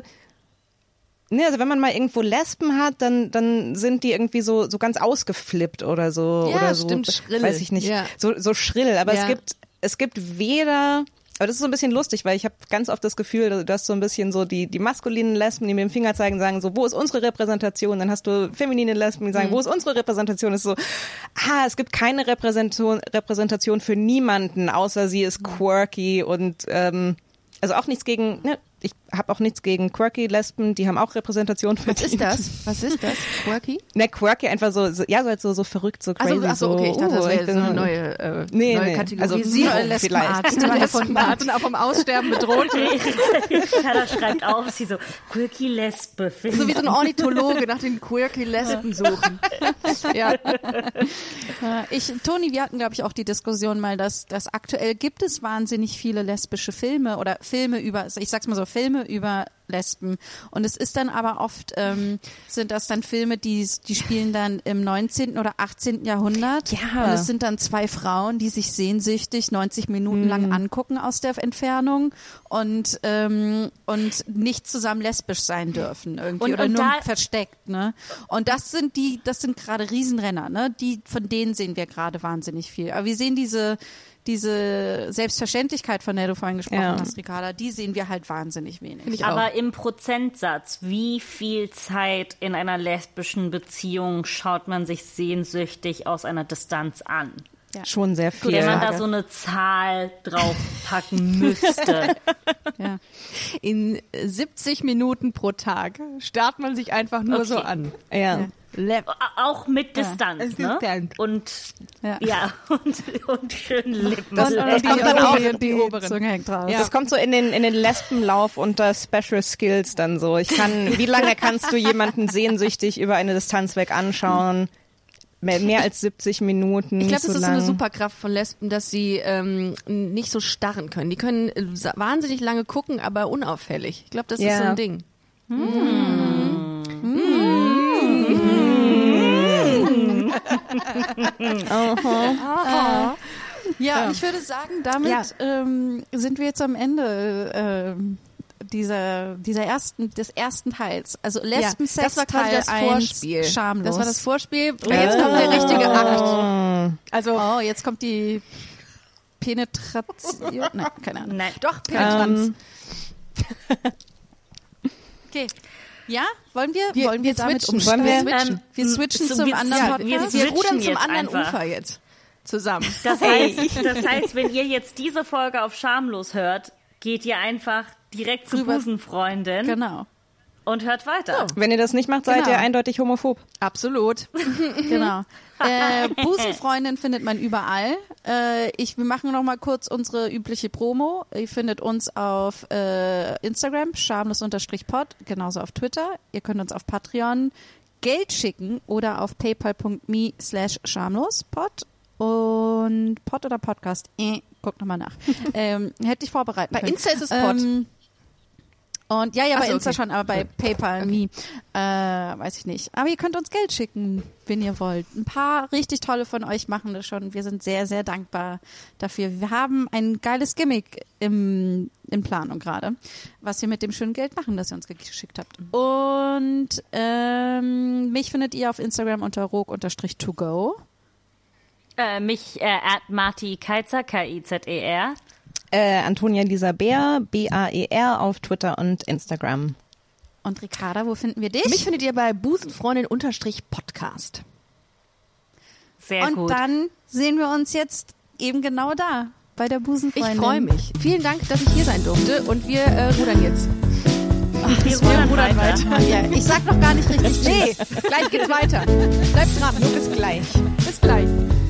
ne, also wenn man mal irgendwo Lesben hat, dann, dann sind die irgendwie so, so ganz ausgeflippt oder so, Ja, oder so, stimmt, schrill. weiß ich nicht, Ja. so, so schrill, aber Ja. es gibt, es gibt weder, aber das ist so ein bisschen lustig, weil ich habe ganz oft das Gefühl, du hast so ein bisschen so die, die maskulinen Lesben, die mit dem Finger zeigen, sagen so, wo ist unsere Repräsentation? Dann hast du feminine Lesben, die sagen, wo ist unsere Repräsentation? Das ist so, ah, es gibt keine Repräsentation, Repräsentation für niemanden, außer sie ist quirky und ähm, also auch nichts gegen, ne, ich habe auch nichts gegen quirky Lesben, die haben auch Repräsentation für Was ist das? Was ist das? Quirky? Ne, quirky einfach so, so ja, so, halt so, so verrückt, so crazy. Achso, ach so, okay, ich dachte, das uh, wäre ich jetzt so eine bin- neue, äh, Nee, neue nee. Kategorie. Also Sie so lässt vielleicht. Lesbenart sind auch vom Aussterben bedroht. Keiner schreibt auf, sie so, quirky Lesbe. So wie so ein Ornithologe nach den quirky Lesben suchen. Ja. Äh, Ich, Toni, wir hatten, glaube ich, auch die Diskussion mal, dass, dass aktuell gibt es wahnsinnig viele lesbische Filme oder Filme über, ich sag's mal so, Filme über Lesben. Und es ist dann aber oft, ähm, sind das dann Filme, die, die spielen dann im neunzehnten oder achtzehnten Jahrhundert. Ja. Und es sind dann zwei Frauen, die sich sehnsüchtig neunzig Minuten lang angucken aus der Entfernung und, ähm, und nicht zusammen lesbisch sein dürfen irgendwie Und- oder und nur da- versteckt, ne? Und das sind die, das sind gerade Riesenrenner, ne? Die, von denen sehen wir gerade wahnsinnig viel. Aber wir sehen diese, diese Selbstverständlichkeit, von der du vorhin gesprochen Ja. hast, Ricarda, die sehen wir halt wahnsinnig wenig. Ich auch. Aber im Prozentsatz, wie viel Zeit in einer lesbischen Beziehung schaut man sich sehnsüchtig aus einer Distanz an? Schon sehr viel. Wenn man da Frage. so eine Zahl draufpacken müsste. Ja. In siebzig Minuten pro Tag starrt man sich einfach nur Okay. so an. ja. Le- Auch mit Distanz, ne? Distanz. Und Ja. ja, und, und schön Lippen. Das- Und, das und kommt die, dann auch- die, die oberen. Zunge hängt raus. Das kommt so in den, in den Lesbenlauf unter Special Skills dann so. Ich kann, wie lange kannst du jemanden sehnsüchtig über eine Distanz weg anschauen? Mehr, mehr als siebzig Minuten. Ich glaube, nicht das so ist so lang. eine Superkraft von Lesben, dass sie ähm, nicht so starren können. Die können äh, sa- wahnsinnig lange gucken, aber unauffällig. Ich glaube, das ist Ja. so ein Ding. Ja, ich würde sagen, damit Ja. ähm, sind wir jetzt am Ende ähm, dieser, dieser ersten, des ersten Teils. Also Lesbensex das war quasi Teil das eins, Vorspiel. Schamlos. Das war das Vorspiel. Und jetzt kommt der richtige Akt. Also, oh, jetzt kommt die Penetration. Nein, keine Ahnung. Nein. Doch, Penetranz. Okay. Ja, wollen wir, Wir- wollen wir, wir damit switchen. umsteigen? Wollen wir- switchen? Ähm, wir switchen so, zum wir- anderen ja, Podcast. wir- Wir switchen rudern zum jetzt anderen einfach. Ufer jetzt. zusammen. Das heißt, das heißt, wenn ihr jetzt diese Folge auf Schamlos hört, geht ihr einfach direkt zu Rüber. Busenfreundin Genau. und hört weiter. Wenn ihr das nicht macht, seid Genau. ihr eindeutig homophob. Absolut. Genau. Äh, Busenfreundin findet man überall. Äh, ich, wir machen noch mal kurz unsere übliche Promo. Ihr findet uns auf äh, Instagram, schamlos-pod, genauso auf Twitter. Ihr könnt uns auf Patreon Geld schicken oder auf paypal.me slash schamlospod. Und Pod oder Podcast? Äh, guck nochmal nach. ähm, hätte ich vorbereiten Bei können. Insta ist es Pod. Ähm, Und ja, ja, Ach bei so, Insta okay. schon, aber bei PayPal nie. Äh, weiß ich nicht. Aber ihr könnt uns Geld schicken, wenn ihr wollt. Ein paar richtig tolle von euch machen das schon. Wir sind sehr, sehr dankbar dafür. Wir haben ein geiles Gimmick im, in Planung gerade, was wir mit dem schönen Geld machen, das ihr uns geschickt habt. Und ähm, mich findet ihr auf Instagram unter rog-to-go. Äh, mich äh, at Marti Keizer, K I Z E R. Äh, Antonia Lisa Bär, B A E R auf Twitter und Instagram. Und Ricarda, wo finden wir dich? Mich findet ihr bei Busenfreundin-Podcast. Sehr Und gut. dann sehen wir uns jetzt eben genau da, bei der Ich Busenfreundin. freue mich. Vielen Dank, dass ich hier sein durfte und wir äh, rudern jetzt. Wir rudern rudern weiter. weiter. Ja, ich sag noch gar nicht richtig. Nee, gleich geht's weiter. Bleibt dran. Bis gleich. Bis gleich.